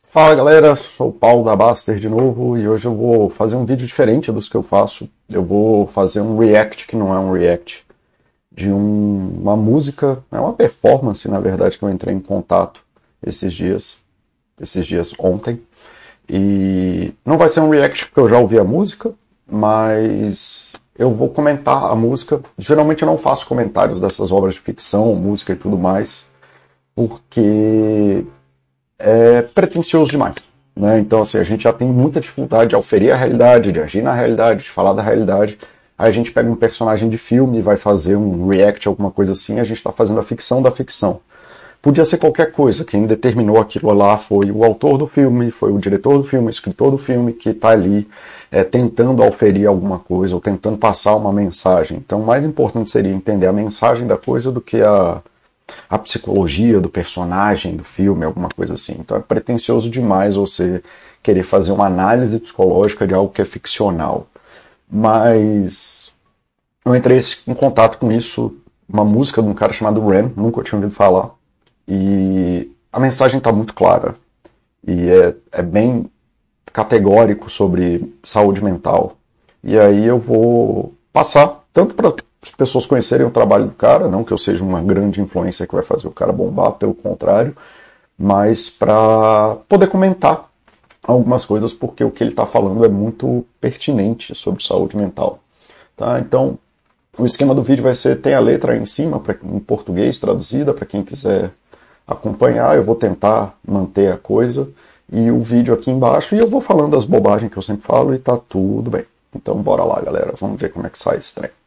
Fala galera, sou o Paulo da Baster de novo e hoje eu vou fazer um vídeo diferente dos que eu faço. Eu vou fazer um react que não é um react de uma música, é uma performance na verdade que eu entrei em contato esses dias ontem. E não vai ser um react porque eu já ouvi a música, mas eu vou comentar a música. Geralmente eu não faço comentários dessas obras de ficção, música e tudo mais, porque é pretensioso demais, né? Então, assim, a gente já tem muita dificuldade de auferir a realidade, de agir na realidade, de falar da realidade. Aí a gente pega um personagem de filme e vai fazer um react, alguma coisa assim, a gente está fazendo a ficção da ficção. Podia ser qualquer coisa, quem determinou aquilo lá foi o autor do filme, foi o diretor do filme, o escritor do filme, que está ali tentando auferir alguma coisa, ou tentando passar uma mensagem. Então, o mais importante seria entender a mensagem da coisa do que a psicologia do personagem do filme, alguma coisa assim. Então é pretensioso demais você querer fazer uma análise psicológica de algo que é ficcional. Mas eu entrei em contato com isso, uma música de um cara chamado Ren, nunca tinha ouvido falar, e a mensagem está muito clara, e é bem categórico sobre saúde mental. E aí eu vou passar, tanto para as pessoas conhecerem o trabalho do cara, não que eu seja uma grande influência que vai fazer o cara bombar, pelo contrário, mas para poder comentar algumas coisas, porque o que ele está falando é muito pertinente sobre saúde mental. Tá? Então, o esquema do vídeo vai ser, tem a letra aí em cima, em português traduzida, para quem quiser acompanhar, eu vou tentar manter a coisa, e o vídeo aqui embaixo, e eu vou falando das bobagens que eu sempre falo, e tá tudo bem. Então bora lá, galera, vamos ver como é que sai esse trem.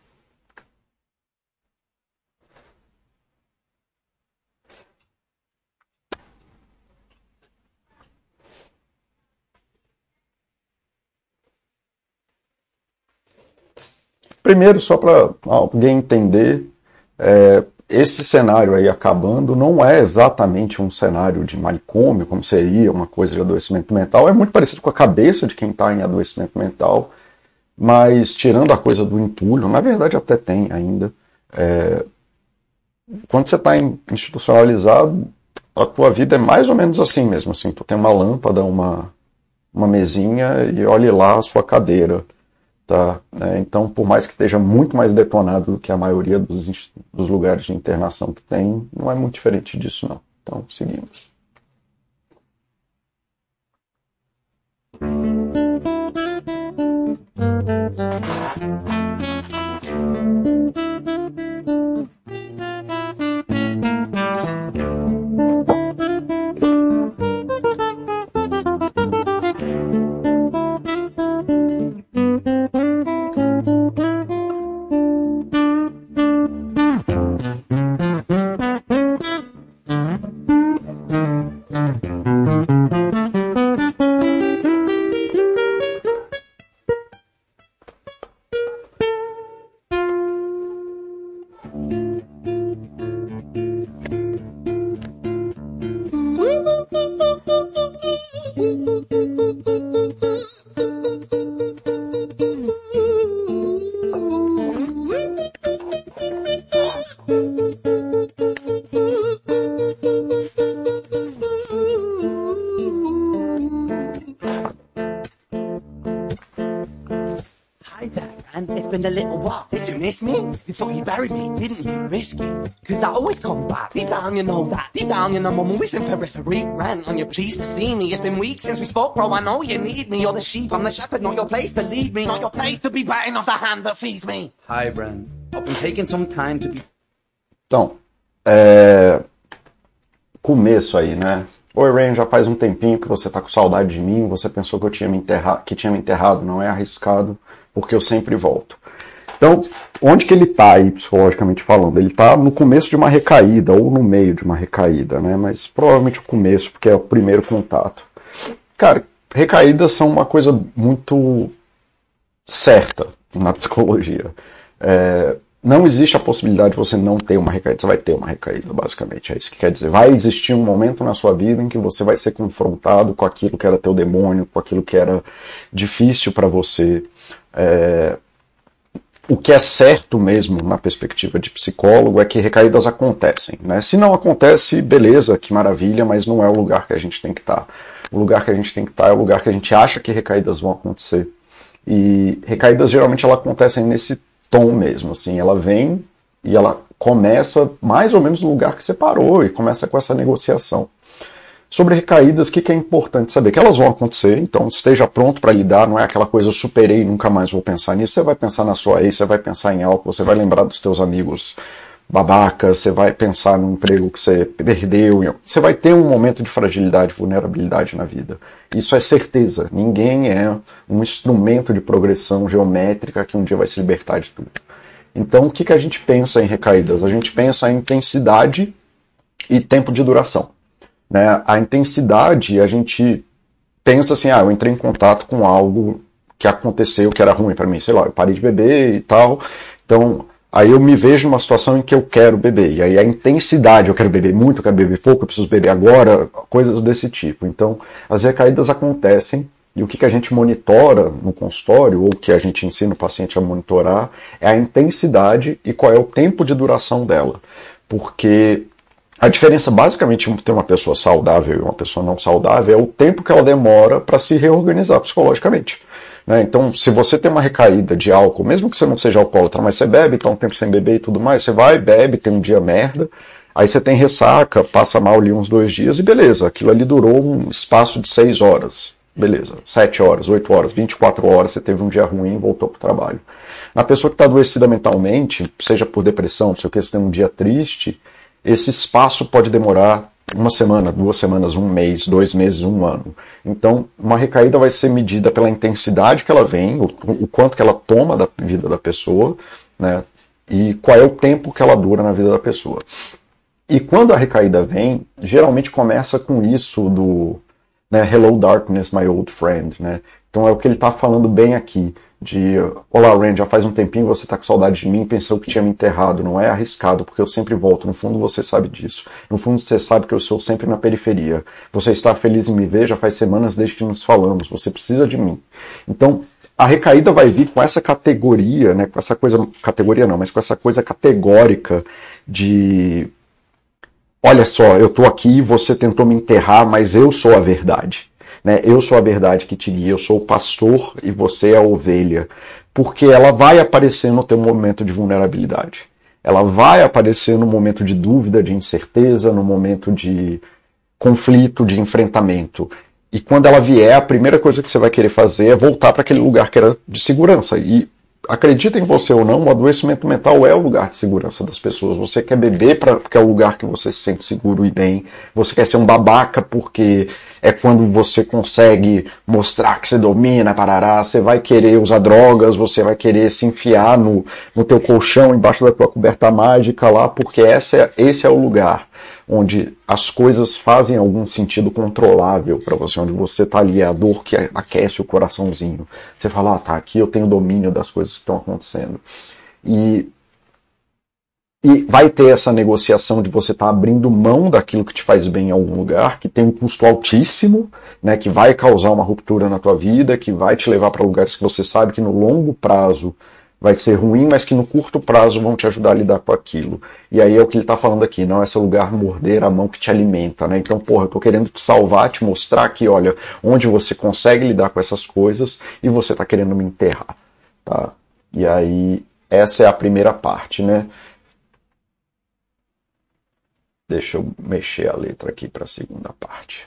Primeiro, só para alguém entender, esse cenário aí acabando não é exatamente um cenário de manicômio, como seria uma coisa de adoecimento mental. É muito parecido com a cabeça de quem está em adoecimento mental, mas tirando a coisa do entulho, na verdade até tem ainda. Quando você está institucionalizado, a tua vida é mais ou menos assim mesmo. Assim, tu tem uma lâmpada, uma mesinha e olhe lá a sua cadeira. Tá? Então, por mais que esteja muito mais detonado do que a maioria dos lugares de internação que tem, não é muito diferente disso, não. Então, seguimos. It's been a little while. Did you miss me? You thought you buried me, didn't you? Risky. Cause I always come back. Deep down you know that. Deep down you know I'm always in periphery. Rant on your pleased to see me. It's been weeks since we spoke, bro. I know you need me. You're the sheep, I'm the shepherd. Not your place to lead me. Not your place to be biting off the hand that feeds me. Hi, Bren. I've been taking some time to be... Então, começo aí, né? Oi, Rain, já faz um tempinho que você tá com saudade de mim, você pensou que eu tinha me enterrado, não é arriscado, porque eu sempre volto. Então, onde que ele tá aí, psicologicamente falando? Ele tá no começo de uma recaída, ou no meio de uma recaída, né? Mas provavelmente o começo, porque é o primeiro contato. Cara, recaídas são uma coisa muito certa na psicologia. Não existe a possibilidade de você não ter uma recaída. Você vai ter uma recaída, basicamente. É isso que quer dizer. Vai existir um momento na sua vida em que você vai ser confrontado com aquilo que era teu demônio, com aquilo que era difícil para você. o que é certo mesmo na perspectiva de psicólogo é que recaídas acontecem, né? Se não acontece, beleza, que maravilha, mas não é o lugar que a gente tem que estar. O lugar que a gente tem que estar é o lugar que a gente acha que recaídas vão acontecer. E recaídas geralmente elas acontecem nesse tom mesmo, assim, ela vem e ela começa mais ou menos no lugar que você parou e começa com essa negociação. Sobre recaídas, o que é importante saber? Que elas vão acontecer, então esteja pronto para lidar, não é aquela coisa eu superei e nunca mais vou pensar nisso. Você vai pensar na sua ex, você vai pensar em álcool, você vai lembrar dos teus amigos babacas, você vai pensar no emprego que você perdeu, você vai ter um momento de fragilidade, vulnerabilidade na vida. Isso é certeza, ninguém é um instrumento de progressão geométrica que um dia vai se libertar de tudo. Então o que a gente pensa em recaídas? A gente pensa em intensidade e tempo de duração. Né? A intensidade, a gente pensa assim, eu entrei em contato com algo que aconteceu, que era ruim para mim, sei lá, eu parei de beber e tal, então aí eu me vejo numa situação em que eu quero beber, e aí a intensidade, eu quero beber muito, eu quero beber pouco, eu preciso beber agora, coisas desse tipo. Então as recaídas acontecem, e o que a gente monitora no consultório, ou que a gente ensina o paciente a monitorar, é a intensidade e qual é o tempo de duração dela, porque a diferença, basicamente, entre uma pessoa saudável e uma pessoa não saudável é o tempo que ela demora para se reorganizar psicologicamente. Né? Então, se você tem uma recaída de álcool, mesmo que você não seja alcoólatra, mas você bebe, está um tempo sem beber e tudo mais, você vai, bebe, tem um dia merda, aí você tem ressaca, passa mal ali uns 2 dias e beleza, aquilo ali durou um espaço de 6 horas. Beleza, 7 horas, 8 horas, 24 horas, você teve um dia ruim e voltou para o trabalho. Na pessoa que está adoecida mentalmente, seja por depressão, não sei o que, você tem um dia triste, esse espaço pode demorar 1 semana, 2 semanas, 1 mês, 2 meses, 1 ano. Então, uma recaída vai ser medida pela intensidade que ela vem, o quanto que ela toma da vida da pessoa, né, e qual é o tempo que ela dura na vida da pessoa. E quando a recaída vem, geralmente começa com isso do, né, Hello Darkness, my old friend, né? Então é o que ele está falando bem aqui, de olá Rand, já faz um tempinho você está com saudade de mim, pensou que tinha me enterrado, não é arriscado, porque eu sempre volto, no fundo você sabe disso, no fundo você sabe que eu sou sempre na periferia, você está feliz em me ver, já faz semanas desde que nos falamos, você precisa de mim. Então a recaída vai vir com essa categoria, né, com essa coisa, categoria não, mas com essa coisa categórica de olha só, eu estou aqui, você tentou me enterrar, mas eu sou a verdade. Né? Eu sou a verdade que te guia, eu sou o pastor e você é a ovelha. Porque ela vai aparecer no teu momento de vulnerabilidade. Ela vai aparecer no momento de dúvida, de incerteza, no momento de conflito, de enfrentamento. E quando ela vier, a primeira coisa que você vai querer fazer é voltar para aquele lugar que era de segurança. E acredita em você ou não, o adoecimento mental é o lugar de segurança das pessoas. Você quer beber porque é o lugar que você se sente seguro e bem. Você quer ser um babaca porque é quando você consegue mostrar que você domina, parará. Você vai querer usar drogas, você vai querer se enfiar no teu colchão, embaixo da tua coberta mágica lá, porque esse é o lugar onde as coisas fazem algum sentido controlável para você, onde você tá ali, é a dor que aquece o coraçãozinho. Você fala, tá, aqui eu tenho domínio das coisas que estão acontecendo. E vai ter essa negociação de você estar abrindo mão daquilo que te faz bem em algum lugar, que tem um custo altíssimo, né, que vai causar uma ruptura na tua vida, que vai te levar para lugares que você sabe que no longo prazo vai ser ruim, mas que no curto prazo vão te ajudar a lidar com aquilo. E aí é o que ele está falando aqui, não é esse lugar morder a mão que te alimenta, né? Então, porra, eu tô querendo te salvar, te mostrar que, olha, onde você consegue lidar com essas coisas e você tá querendo me enterrar, tá? E aí, essa é a primeira parte, né? Deixa eu mexer a letra aqui para a segunda parte.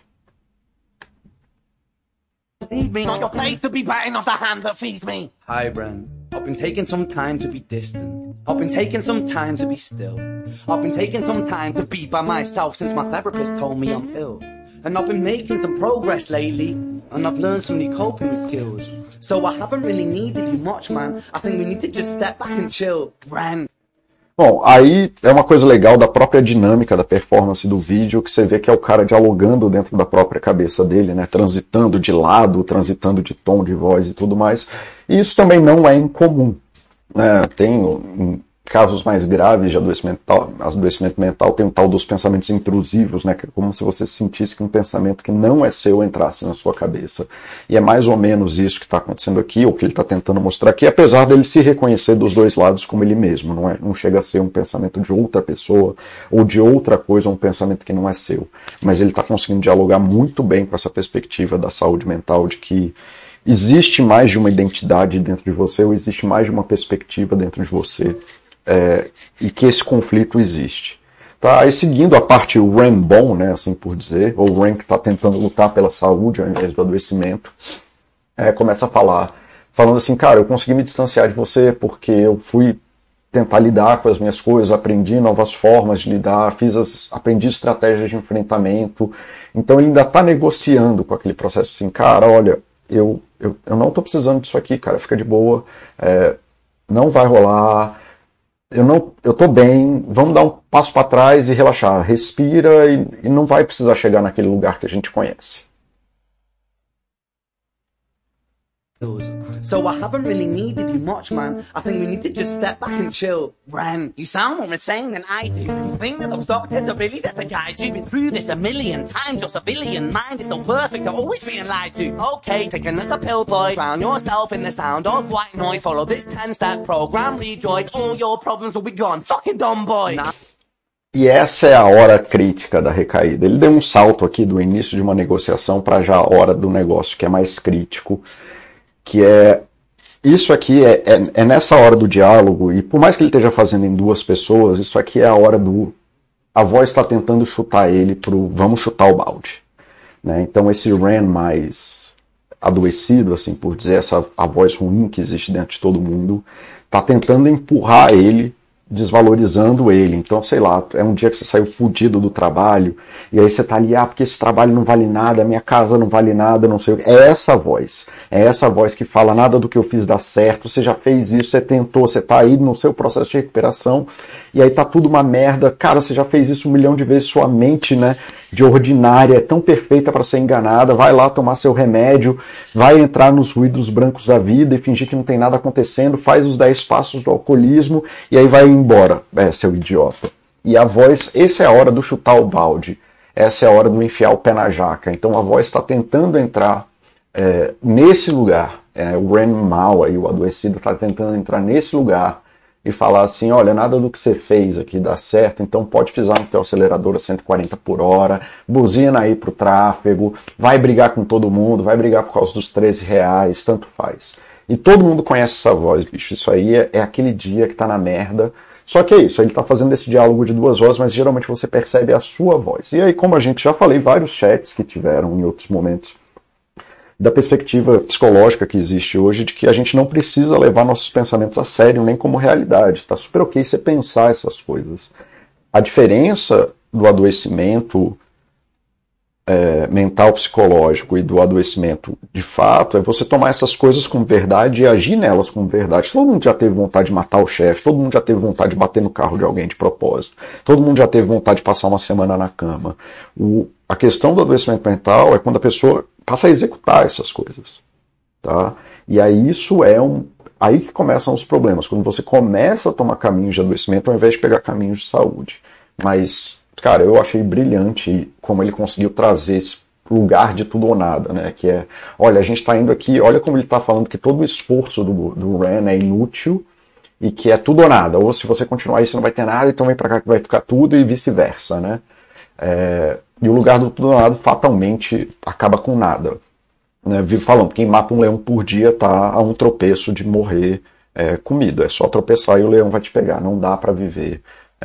Me not your place to be biting off the hand that feeds me. Hi, Bren. I've been taking some time to be distant. I've been taking some time to be still. I've been taking some time to be by myself since my therapist told me I'm ill. And I've been making some progress lately. And I've learned some new coping skills. So I haven't really needed you much, man. I think we need to just step back and chill. Bren. Bom, aí é uma coisa legal da própria dinâmica da performance do vídeo, que você vê que é o cara dialogando dentro da própria cabeça dele, né? Transitando de lado, transitando de tom de voz e tudo mais. E isso também não é incomum, né? Tem casos mais graves de adoecimento mental tem o tal dos pensamentos intrusivos, né? Que é como se você sentisse que um pensamento que não é seu entrasse na sua cabeça. E é mais ou menos isso que está acontecendo aqui, ou que ele está tentando mostrar aqui, apesar dele se reconhecer dos dois lados como ele mesmo. Não chega a ser um pensamento de outra pessoa ou de outra coisa, um pensamento que não é seu. Mas ele está conseguindo dialogar muito bem com essa perspectiva da saúde mental, de que existe mais de uma identidade dentro de você, ou existe mais de uma perspectiva dentro de você. E que esse conflito existe. Tá? Aí seguindo a parte Ren bom, né, assim por dizer, ou Ren que está tentando lutar pela saúde ao invés do adoecimento, começa a falando assim, cara, eu consegui me distanciar de você porque eu fui tentar lidar com as minhas coisas, aprendi novas formas de lidar, aprendi estratégias de enfrentamento, então ele ainda está negociando com aquele processo assim, cara, olha, eu não estou precisando disso aqui, cara, fica de boa, não vai rolar, eu tô bem, vamos dar um passo para trás e relaxar, respira e não vai precisar chegar naquele lugar que a gente conhece. So I haven't really needed you much, man. I think we need to just step back and chill. Ren, you sound more insane than I do. You think that those doctors are really just a guide? You've been through this a million times, just a billion. Mind is so perfect, you're always being lied to. Okay, take another pill, boy. Drown yourself in the sound of white noise. Follow this 10-step program, rejoice. All your problems will be gone. Fucking dumb boy. E essa é a hora crítica da recaída. Ele deu um salto aqui do início de uma negociação para já a hora do negócio, que é mais crítico. Que isso aqui é nessa hora do diálogo, e por mais que ele esteja fazendo em duas pessoas, isso aqui é a hora a voz está tentando chutar ele pro vamos chutar o balde, né? Então esse Ren mais adoecido, assim por dizer, a voz ruim que existe dentro de todo mundo, está tentando empurrar ele, desvalorizando ele. Então, sei lá, é um dia que você saiu fudido do trabalho, e aí você tá ali, porque esse trabalho não vale nada, minha casa não vale nada, não sei o que. É essa voz que fala nada do que eu fiz dá certo, você já fez isso, você tentou, você tá aí no seu processo de recuperação, e aí tá tudo uma merda, cara, você já fez isso 1 milhão de vezes, sua mente, né, de ordinária, é tão perfeita para ser enganada, vai lá tomar seu remédio, vai entrar nos ruídos brancos da vida e fingir que não tem nada acontecendo, faz os 10 passos do alcoolismo, e aí vai embora, seu idiota. E a voz, essa é a hora do chutar o balde, essa é a hora do enfiar o pé na jaca. Então a voz está tentando entrar nesse lugar, o Ren mal, aí, o adoecido, está tentando entrar nesse lugar e falar assim, olha, nada do que você fez aqui dá certo, então pode pisar no teu acelerador a 140 por hora, buzina aí pro tráfego, vai brigar com todo mundo, vai brigar por causa dos 13 reais, tanto faz. E todo mundo conhece essa voz, bicho, isso aí é aquele dia que tá na merda. Só que é isso, ele tá fazendo esse diálogo de duas vozes, mas geralmente você percebe a sua voz. E aí, como a gente já falei, vários chats que tiveram em outros momentos, da perspectiva psicológica que existe hoje, de que a gente não precisa levar nossos pensamentos a sério, nem como realidade. Tá super ok você pensar essas coisas. A diferença do adoecimento mental psicológico e do adoecimento de fato é você tomar essas coisas como verdade e agir nelas como verdade. Todo mundo já teve vontade de matar o chefe, todo mundo já teve vontade de bater no carro de alguém de propósito, todo mundo já teve vontade de passar uma semana na cama. A questão do adoecimento mental é quando a pessoa passa a executar essas coisas, tá? E aí isso aí que começam os problemas, quando você começa a tomar caminhos de adoecimento ao invés de pegar caminhos de saúde. Mas cara, eu achei brilhante como ele conseguiu trazer esse lugar de tudo ou nada, né? Que olha, a gente tá indo aqui, olha como ele tá falando que todo o esforço do Ren é inútil e que é tudo ou nada. Ou se você continuar aí, você não vai ter nada, então vem pra cá que vai ficar tudo e vice-versa, né? E o lugar do tudo ou nada fatalmente acaba com nada. Né? Vivo falando, quem mata um leão por dia tá a um tropeço de morrer comido. É só tropeçar e o leão vai te pegar. Não dá pra viver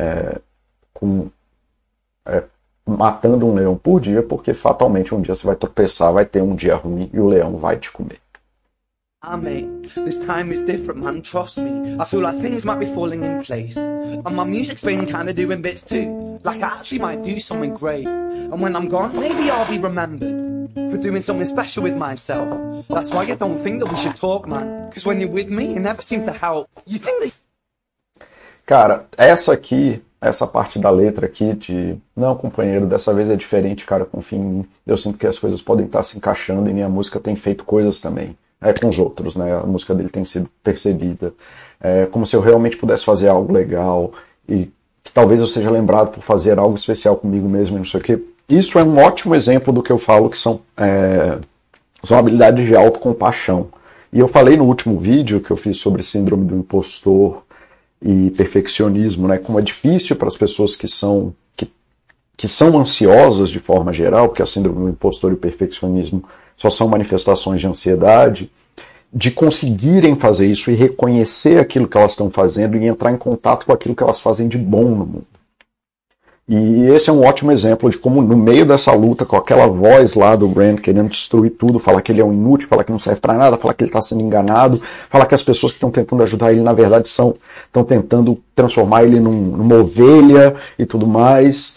matando um leão por dia, porque fatalmente um dia você vai tropeçar, vai ter um dia ruim e o leão vai te comer. Mate, this time is different, man, trust me. I feel like things might be falling in place. And my music's been kinda doing bits too. Like I actually might do something great. And when I'm gone, maybe I'll be remembered for doing something special with myself. That's why I don't think that we should talk, man. Because when you're with me, it never seems to help. You think that... Cara, essa parte da letra aqui de não, companheiro, dessa vez é diferente, cara, confia em mim. Eu sinto que as coisas podem estar se encaixando e minha música tem feito coisas também. com os outros, né? A música dele tem sido percebida. Como se eu realmente pudesse fazer algo legal e que talvez eu seja lembrado por fazer algo especial comigo mesmo e não sei o quê. Isso é um ótimo exemplo do que eu falo que são habilidades de autocompaixão. E eu falei no último vídeo que eu fiz sobre síndrome do impostor e perfeccionismo, né? Como é difícil para as pessoas que são ansiosas de forma geral, porque a síndrome do impostor e o perfeccionismo só são manifestações de ansiedade, de conseguirem fazer isso e reconhecer aquilo que elas estão fazendo e entrar em contato com aquilo que elas fazem de bom no mundo. E esse é um ótimo exemplo de como, no meio dessa luta, com aquela voz lá do Rand querendo destruir tudo, falar que ele é um inútil, falar que não serve para nada, falar que ele está sendo enganado, falar que as pessoas que estão tentando ajudar ele, na verdade, estão tentando transformar ele numa ovelha e tudo mais.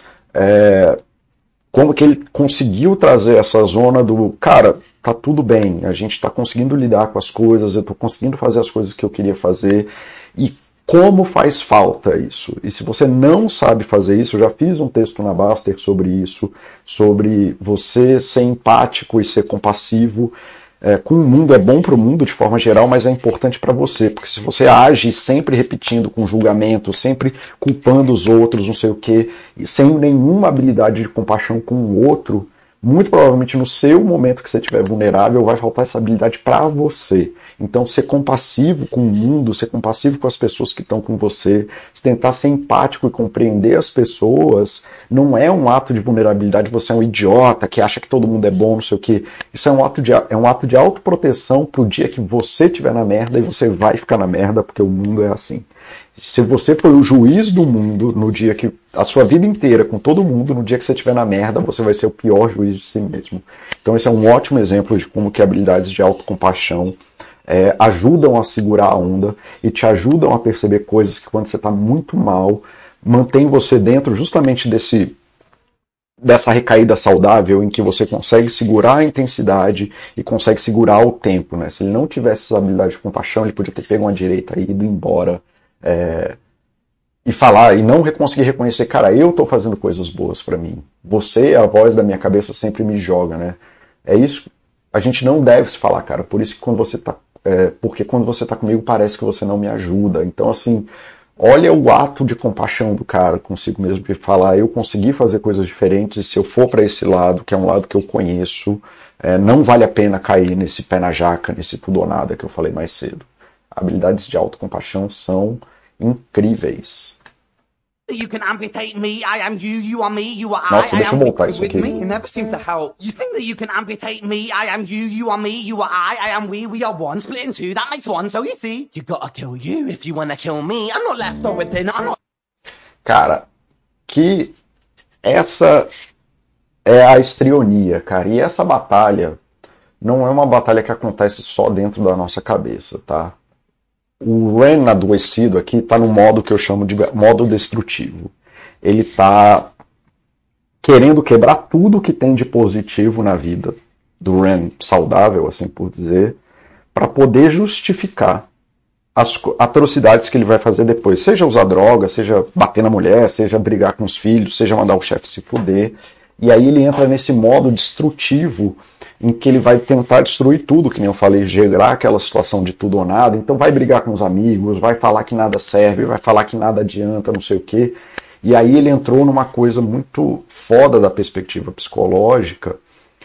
Como que ele conseguiu trazer essa zona do, cara, tá tudo bem, a gente tá conseguindo lidar com as coisas, eu tô conseguindo fazer as coisas que eu queria fazer, e como faz falta isso. E se você não sabe fazer isso, eu já fiz um texto na Baster sobre isso, sobre você ser empático e ser compassivo com o mundo. É bom para o mundo de forma geral, mas é importante para você, porque se você age sempre repetindo com julgamento, sempre culpando os outros, não sei o quê, sem nenhuma habilidade de compaixão com o outro, muito provavelmente no seu momento que você estiver vulnerável vai faltar essa habilidade para você. Então ser compassivo com o mundo, ser compassivo com as pessoas que estão com você, tentar ser empático e compreender as pessoas, não é um ato de vulnerabilidade, você é um idiota que acha que todo mundo é bom, não sei o quê. Isso é um ato de autoproteção pro dia que você estiver na merda e você vai ficar na merda, porque o mundo é assim. Se você for o juiz do mundo no dia que a sua vida inteira com todo mundo, no dia que você estiver na merda, você vai ser o pior juiz de si mesmo. Então esse é um ótimo exemplo de como que habilidades de autocompaixão ajudam a segurar a onda e te ajudam a perceber coisas que quando você está muito mal, mantém você dentro justamente dessa recaída saudável em que você consegue segurar a intensidade e consegue segurar o tempo, né? Se ele não tivesse essa habilidade de compaixão, ele podia ter pego uma direita e ido embora e falar, e não conseguir reconhecer, cara, eu tô fazendo coisas boas pra mim. Você, a voz da minha cabeça sempre me joga, né? É isso, a gente não deve se falar, cara. Por isso que porque quando você tá comigo parece que você não me ajuda. Então, assim, olha o ato de compaixão do cara consigo mesmo, de falar, eu consegui fazer coisas diferentes e se eu for para esse lado, que é um lado que eu conheço, não vale a pena cair nesse pé na jaca, nesse tudo ou nada que eu falei mais cedo. Habilidades de autocompaixão são incríveis. You can amputate me, I am you, you are me, you are Nossa, I deixa eu am voltar isso with aqui. me, it never seems to help. You think that you can amputate me, I am you, you are me, you are I am we are one, split in two, that makes one, so you see, you gotta kill you if you wanna kill me, I'm not left over dinner, I'm not... Cara, que essa é a estrionia, cara, e essa batalha não é uma batalha que acontece só dentro da nossa cabeça, tá? O Ren adoecido aqui está no modo que eu chamo de modo destrutivo. Ele está querendo quebrar tudo que tem de positivo na vida do Ren saudável, assim por dizer, para poder justificar as atrocidades que ele vai fazer depois. Seja usar droga, seja bater na mulher, seja brigar com os filhos, seja mandar o chefe se fuder. E aí ele entra nesse modo destrutivo em que ele vai tentar destruir tudo, que nem eu falei, gerar aquela situação de tudo ou nada. Então vai brigar com os amigos, vai falar que nada serve, vai falar que nada adianta, não sei o quê. E aí ele entrou numa coisa muito foda da perspectiva psicológica.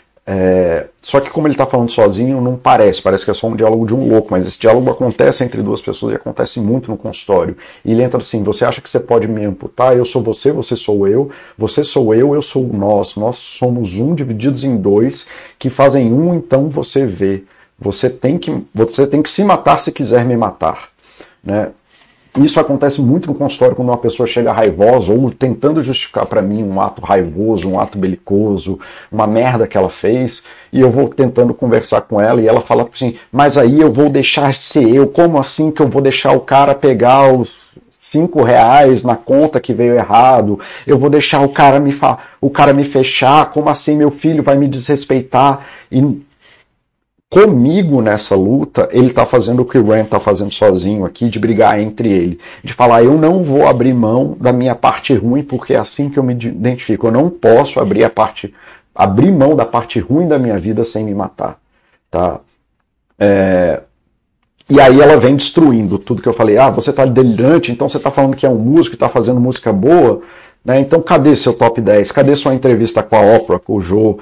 Só que como ele está falando sozinho, não parece que é só um diálogo de um louco, mas esse diálogo acontece entre duas pessoas e acontece muito no consultório. E ele entra assim, você acha que você pode me amputar? Eu sou você sou eu, você sou eu sou nós somos um divididos em dois, que fazem um, então você vê. Você tem que se matar se quiser me matar, né? Isso acontece muito no consultório quando uma pessoa chega raivosa ou tentando justificar para mim um ato raivoso, um ato belicoso, uma merda que ela fez, e eu vou tentando conversar com ela e ela fala assim, mas aí eu vou deixar de ser eu, como assim que eu vou deixar o cara pegar os R$5 na conta que veio errado, eu vou deixar o cara me fechar, como assim meu filho vai me desrespeitar? E comigo nessa luta, ele tá fazendo o que o Ren tá fazendo sozinho aqui, de brigar entre ele. De falar, eu não vou abrir mão da minha parte ruim, porque é assim que eu me identifico. Eu não posso abrir mão da parte ruim da minha vida sem me matar. Tá? E aí ela vem destruindo tudo que eu falei. Ah, você tá delirante, então você tá falando que é um músico e tá fazendo música boa, né? Então cadê seu top 10? Cadê sua entrevista com a Oprah, com o Joe?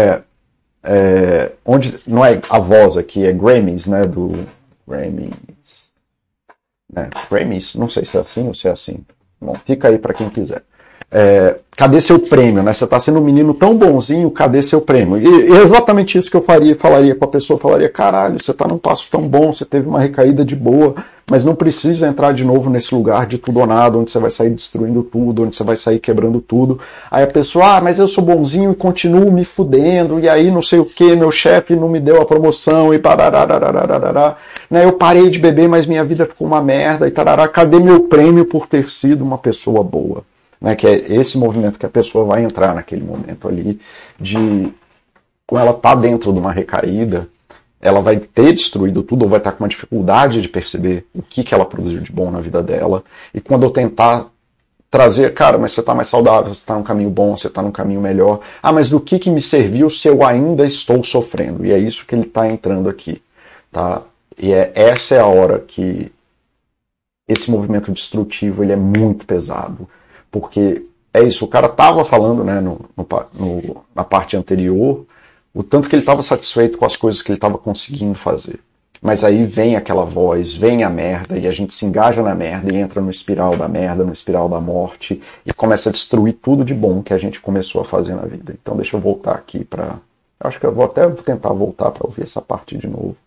Onde não é a voz aqui, é Grammys, né? Do Grammys. Grammys, não sei se é assim ou se é assim. Bom, fica aí para quem quiser. Cadê seu prêmio, né? Você está sendo um menino tão bonzinho, cadê seu prêmio? E é exatamente isso que eu falaria com a pessoa, falaria, caralho, você está num passo tão bom, você teve uma recaída de boa, mas não precisa entrar de novo nesse lugar de tudo ou nada, onde você vai sair destruindo tudo, onde você vai sair quebrando tudo. Aí a pessoa, mas eu sou bonzinho e continuo me fudendo, e aí não sei o que, meu chefe não me deu a promoção, e parará, né? Eu parei de beber, mas minha vida ficou uma merda, e tarará, cadê meu prêmio por ter sido uma pessoa boa? Né, que é esse movimento que a pessoa vai entrar naquele momento ali, quando ela está dentro de uma recaída, ela vai ter destruído tudo, ou vai estar com uma dificuldade de perceber o que ela produziu de bom na vida dela, e quando eu tentar trazer, cara, mas você está mais saudável, você está num caminho bom, você está num caminho melhor, mas do que me serviu se eu ainda estou sofrendo? E é isso que ele está entrando aqui, tá? E essa é a hora que esse movimento destrutivo ele é muito pesado. Porque é isso, o cara estava falando, né, na parte anterior, o tanto que ele estava satisfeito com as coisas que ele estava conseguindo fazer. Mas aí vem aquela voz, vem a merda, e a gente se engaja na merda e entra no espiral da merda, no espiral da morte, e começa a destruir tudo de bom que a gente começou a fazer na vida. Então deixa eu voltar aqui para... Acho que eu vou até tentar voltar para ouvir essa parte de novo.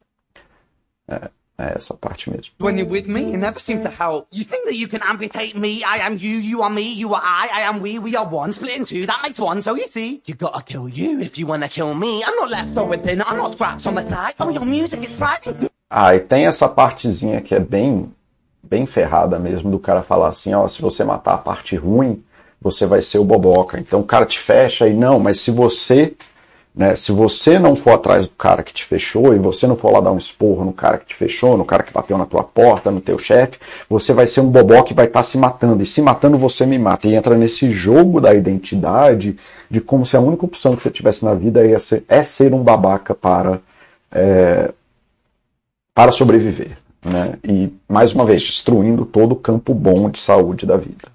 Essa parte mesmo. When you're with me, it never seems to help. You think that you can amputate me? I am you, you are me, you are I am we are one. Split in two, that makes one, so you see. You gotta kill you if you wanna kill me. I'm not left over thin, I'm not scraps on the side. Oh, your music is frightening. E tem essa partezinha que é bem ferrada mesmo, do cara falar assim, ó, se você matar a parte ruim, você vai ser o boboca. Então o cara te fecha e não, mas se você... Né, se você não for atrás do cara que te fechou e você não for lá dar um esporro no cara que te fechou, no cara que bateu na tua porta, no teu chefe, você vai ser um bobó que vai estar se matando. E se matando você me mata. E entra nesse jogo da identidade de como se a única opção que você tivesse na vida é ser um babaca para sobreviver. Né? E, mais uma vez, destruindo todo o campo bom de saúde da vida.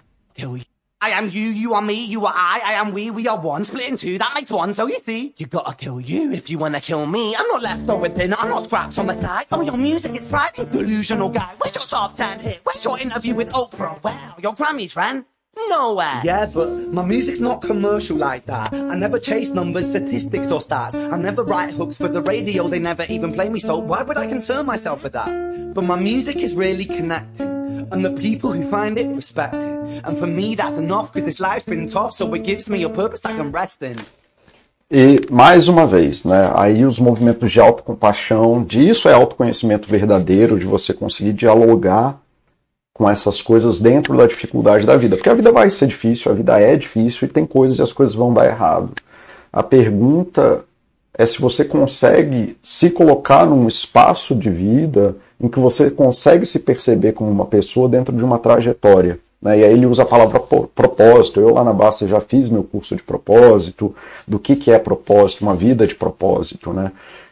I am you, you are me, you are I am we are one. Split in two, that makes one, so you see. You gotta kill you if you wanna kill me. I'm not left over thin, I'm not scraps on the side. Oh, your music is frightening, delusional guy. Where's your top 10 hit? Where's your interview with Oprah? Wow, your Grammys, ran? Nowhere. Yeah, but my music's not commercial like that. I never chase numbers, statistics or stats. I never write hooks for the radio, they never even play me, so why would I concern myself with that? But my music is really connecting, and the people who find it respect it. And for me that's enough, because this life's been tough, so it gives me a purpose I can rest in. E, mais uma vez, né, aí os movimentos de autocompaixão, disso é autoconhecimento verdadeiro, de você conseguir dialogar com essas coisas dentro da dificuldade da vida. Porque a vida vai ser difícil, a vida é difícil e tem coisas e as coisas vão dar errado. A pergunta é se você consegue se colocar num espaço de vida em que você consegue se perceber como uma pessoa dentro de uma trajetória. Né? E aí ele usa a palavra propósito. Eu lá na Basta já fiz meu curso de propósito, do que é propósito, uma vida de propósito, né?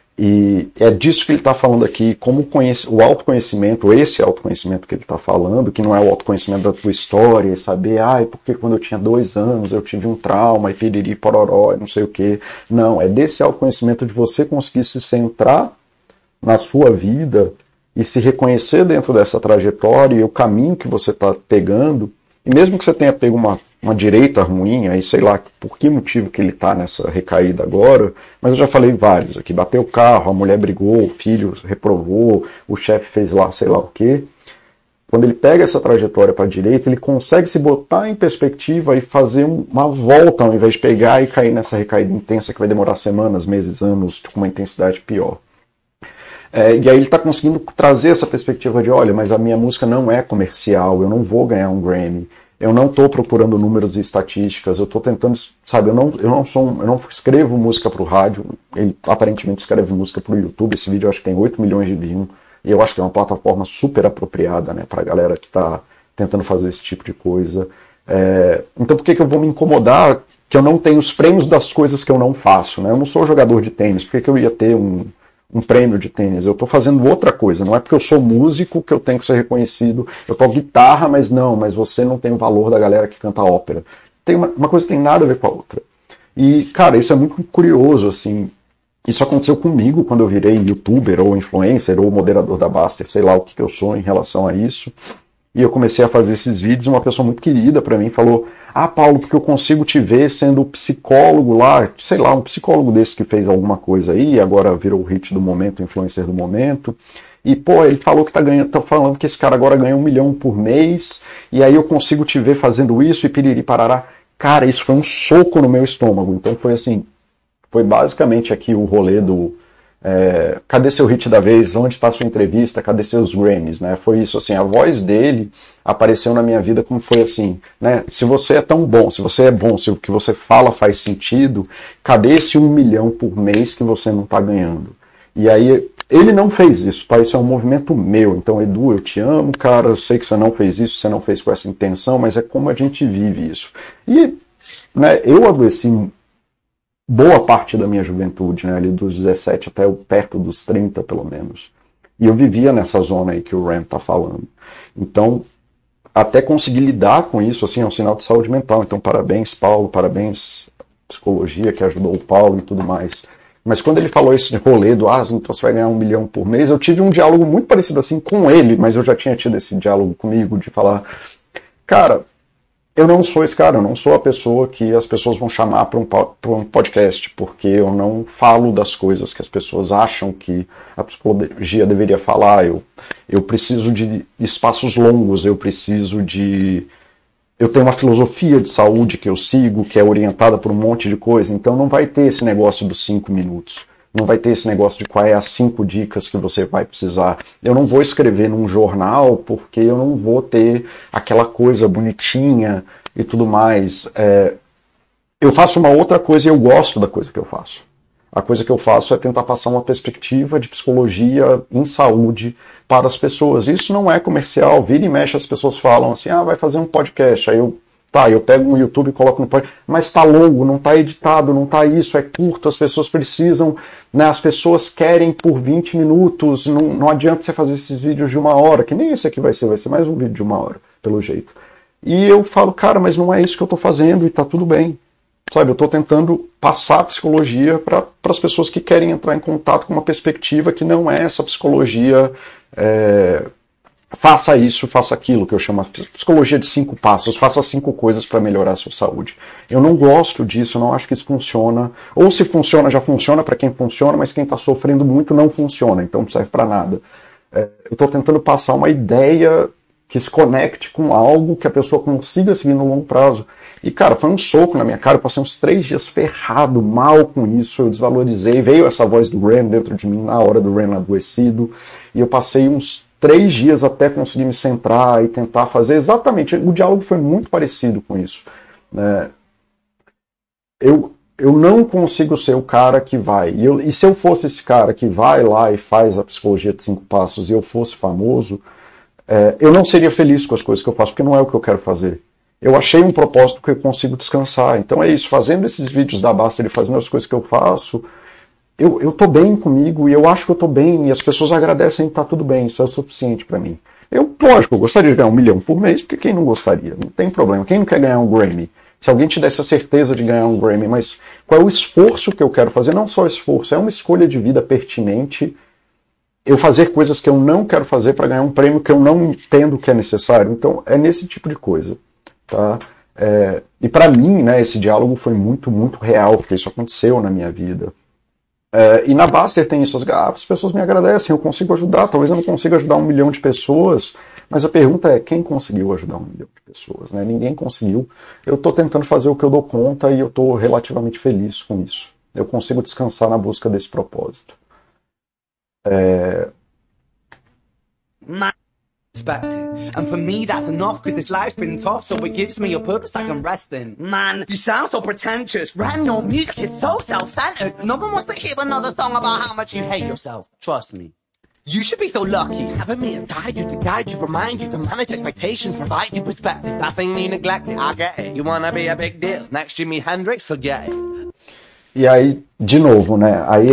E é disso que ele está falando aqui, como o autoconhecimento, esse autoconhecimento que ele está falando, que não é o autoconhecimento da tua história, e saber, porque quando eu tinha 2 anos eu tive um trauma, e piriri, pororó, e não sei o quê. Não, é desse autoconhecimento de você conseguir se centrar na sua vida e se reconhecer dentro dessa trajetória e o caminho que você está pegando. E mesmo que você tenha pego uma direita ruim, aí sei lá por que motivo que ele está nessa recaída agora, mas eu já falei vários aqui, bateu o carro, a mulher brigou, o filho reprovou, o chefe fez lá sei lá o quê. Quando ele pega essa trajetória para a direita, ele consegue se botar em perspectiva e fazer uma volta, ao invés de pegar e cair nessa recaída intensa que vai demorar semanas, meses, anos, com uma intensidade pior. E aí ele está conseguindo trazer essa perspectiva de, olha, mas a minha música não é comercial, eu não vou ganhar um Grammy, eu não estou procurando números e estatísticas, eu estou tentando, sabe, eu não escrevo música para o rádio, ele aparentemente escreve música para o YouTube, esse vídeo eu acho que tem 8 milhões de views, e eu acho que é uma plataforma super apropriada, né, para a galera que está tentando fazer esse tipo de coisa. Então por que eu vou me incomodar que eu não tenho os prêmios das coisas que eu não faço, né? Eu não sou jogador de tênis, por que eu ia ter um um prêmio de tênis, eu tô fazendo outra coisa, não é porque eu sou músico que eu tenho que ser reconhecido, eu toco guitarra, mas você não tem o valor da galera que canta ópera. Tem uma coisa que tem nada a ver com a outra. E, cara, isso é muito curioso, assim, isso aconteceu comigo quando eu virei youtuber, ou influencer, ou moderador da Baster, sei lá o que eu sou em relação a isso. E eu comecei a fazer esses vídeos, uma pessoa muito querida pra mim falou: ah, Paulo, porque eu consigo te ver sendo psicólogo lá, sei lá, um psicólogo desse que fez alguma coisa aí, agora virou o hit do momento, influencer do momento. E, pô, ele falou que tá falando que esse cara agora ganha 1 milhão por mês, e aí eu consigo te ver fazendo isso, e piriri parará. Cara, isso foi um soco no meu estômago. Então foi assim, foi basicamente aqui o rolê do cadê seu hit da vez? Onde está sua entrevista? Cadê seus Grammys? Né? Foi isso, assim, a voz dele apareceu na minha vida como foi assim, né? Se você é tão bom, se você é bom, se o que você fala faz sentido, cadê esse 1 milhão por mês que você não está ganhando? E aí, ele não fez isso, tá? Isso é um movimento meu. Então, Edu, eu te amo, cara, eu sei que você não fez isso, você não fez com essa intenção, mas é como a gente vive isso. E, né, eu adoeci boa parte da minha juventude, né, ali dos 17 até perto dos 30, pelo menos. E eu vivia nessa zona aí que o Ram tá falando. Então, até conseguir lidar com isso, assim, é um sinal de saúde mental. Então, parabéns, Paulo, parabéns psicologia que ajudou o Paulo e tudo mais. Mas quando ele falou esse rolê do, então você vai ganhar 1 milhão por mês, eu tive um diálogo muito parecido assim com ele, mas eu já tinha tido esse diálogo comigo de falar, cara, eu não sou esse cara, eu não sou a pessoa que as pessoas vão chamar para um podcast, porque eu não falo das coisas que as pessoas acham que a psicologia deveria falar. Eu preciso de espaços longos, eu tenho uma filosofia de saúde que eu sigo, que é orientada por um monte de coisa, então não vai ter esse negócio dos 5 minutos. Não vai ter esse negócio de quais é as 5 dicas que você vai precisar. Eu não vou escrever num jornal porque eu não vou ter aquela coisa bonitinha e tudo mais. Eu faço uma outra coisa e eu gosto da coisa que eu faço. A coisa que eu faço é tentar passar uma perspectiva de psicologia em saúde para as pessoas. Isso não é comercial. Vira e mexe, as pessoas falam assim, vai fazer um podcast. Aí eu pego no YouTube e coloco no podcast, mas está longo, não está editado, não está isso, é curto, as pessoas precisam, né, as pessoas querem por 20 minutos, não adianta você fazer esses vídeos de 1 hora, que nem esse aqui vai ser mais um vídeo de 1 hora, pelo jeito. E eu falo, cara, mas não é isso que eu estou fazendo e está tudo bem. Sabe, eu estou tentando passar a psicologia para as pessoas que querem entrar em contato com uma perspectiva que não é essa psicologia... faça isso, faça aquilo, que eu chamo de psicologia de 5 passos, faça 5 coisas para melhorar a sua saúde. Eu não gosto disso, eu não acho que isso funciona. Ou se funciona, já funciona para quem funciona, mas quem está sofrendo muito não funciona, então não serve para nada. Eu estou tentando passar uma ideia que se conecte com algo que a pessoa consiga seguir no longo prazo. E, cara, foi um soco na minha cara, eu passei uns 3 dias ferrado, mal com isso, eu desvalorizei, veio essa voz do Ram dentro de mim na hora do Ram adoecido, e eu passei uns 3 dias até conseguir me centrar e tentar fazer exatamente. O diálogo foi muito parecido com isso. Eu não consigo ser o cara que vai. E se eu fosse esse cara que vai lá e faz a psicologia de 5 passos e eu fosse famoso, eu não seria feliz com as coisas que eu faço, porque não é o que eu quero fazer. Eu achei um propósito que eu consigo descansar. Então é isso, fazendo esses vídeos da Basta e fazendo as coisas que eu faço, eu tô bem comigo e eu acho que eu tô bem e as pessoas agradecem e tá tudo bem, isso é o suficiente para mim. Lógico, eu gostaria de ganhar 1 milhão por mês, porque quem não gostaria? Não tem problema. Quem não quer ganhar um Grammy? Se alguém te desse a certeza de ganhar um Grammy, mas qual é o esforço que eu quero fazer? Não só esforço, é uma escolha de vida pertinente eu fazer coisas que eu não quero fazer para ganhar um prêmio que eu não entendo que é necessário. Então, é nesse tipo de coisa. Tá? E para mim, né, esse diálogo foi muito, muito real, porque isso aconteceu na minha vida. E na Baster tem isso, as pessoas me agradecem, eu consigo ajudar, talvez eu não consiga ajudar 1 milhão de pessoas, mas a pergunta é, quem conseguiu ajudar 1 milhão de pessoas? Né? Ninguém conseguiu. Eu estou tentando fazer o que eu dou conta e eu estou relativamente feliz com isso. Eu consigo descansar na busca desse propósito. And for me that's enough, cause this life's been tough, so it gives me a purpose I can rest in. Man, you sound so pretentious. Ran, your music is so self-centered. No one wants to hear another song about how much you hate yourself. Trust me. You should be so lucky. Having me as guide you, to guide you, remind you, to manage expectations, provide you perspective. Nothing me neglected, I get it. You wanna be a big deal? Next Jimi Hendrix, forget it. E aí, de novo, né? Aí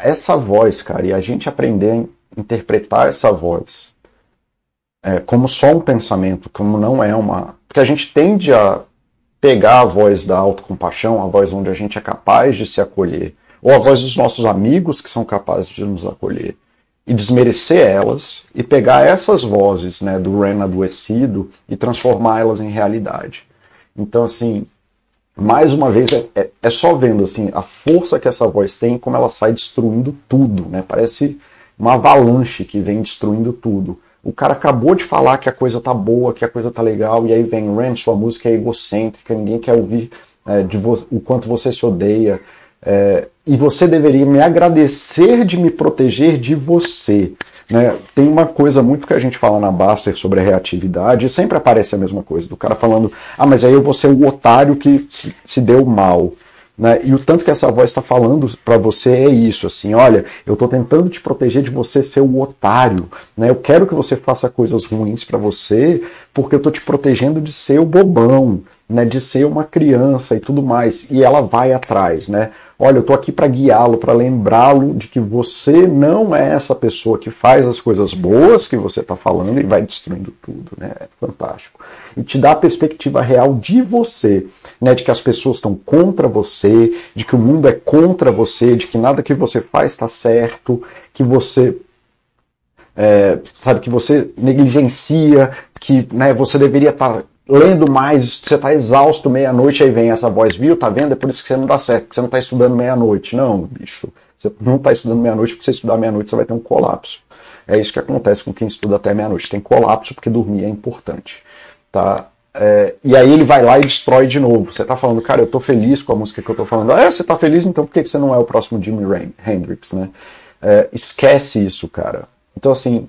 essa voz, cara, e a gente aprender a interpretar essa voz como só um pensamento, como não é uma... Porque a gente tende a pegar a voz da autocompaixão, a voz onde a gente é capaz de se acolher, ou a voz dos nossos amigos que são capazes de nos acolher, e desmerecer elas, e pegar essas vozes, né, do Ren adoecido e transformá-las em realidade. Então, assim, mais uma vez, é só vendo assim, a força que essa voz tem, como ela sai destruindo tudo, né? Parece uma avalanche que vem destruindo tudo. O cara acabou de falar que a coisa tá boa, que a coisa tá legal, e aí vem Ren, sua música é egocêntrica, ninguém quer ouvir o quanto você se odeia. E você deveria me agradecer de me proteger de você. Né? Tem uma coisa muito que a gente fala na Baster sobre a reatividade, e sempre aparece a mesma coisa, do cara falando, mas aí eu vou ser o otário que se deu mal. Né? E o tanto que essa voz está falando para você é isso, assim, olha, eu estou tentando te proteger de você ser o otário, né? Eu quero que você faça coisas ruins para você, porque eu estou te protegendo de ser o bobão, né? De ser uma criança e tudo mais, e ela vai atrás, né? Olha, eu estou aqui para guiá-lo, para lembrá-lo de que você não é essa pessoa que faz as coisas boas que você está falando e vai destruindo tudo, né? É fantástico. E te dá a perspectiva real de você, né? De que as pessoas estão contra você, de que o mundo é contra você, de que nada que você faz está certo, que você... que você negligencia, que, né, você deveria estar lendo mais, você está exausto meia-noite, aí vem essa voz, viu, tá vendo? É por isso que você não dá certo, porque você não está estudando meia-noite. Não, bicho, você não está estudando meia-noite, porque você estudar meia-noite você vai ter um colapso. É isso que acontece com quem estuda até meia-noite, tem colapso porque dormir é importante. Tá? E aí ele vai lá e destrói de novo. Você está falando, cara, eu estou feliz com a música que eu estou falando. Você está feliz, então por que você não é o próximo Jimi Hendrix, né? Esquece isso, cara. Então, assim,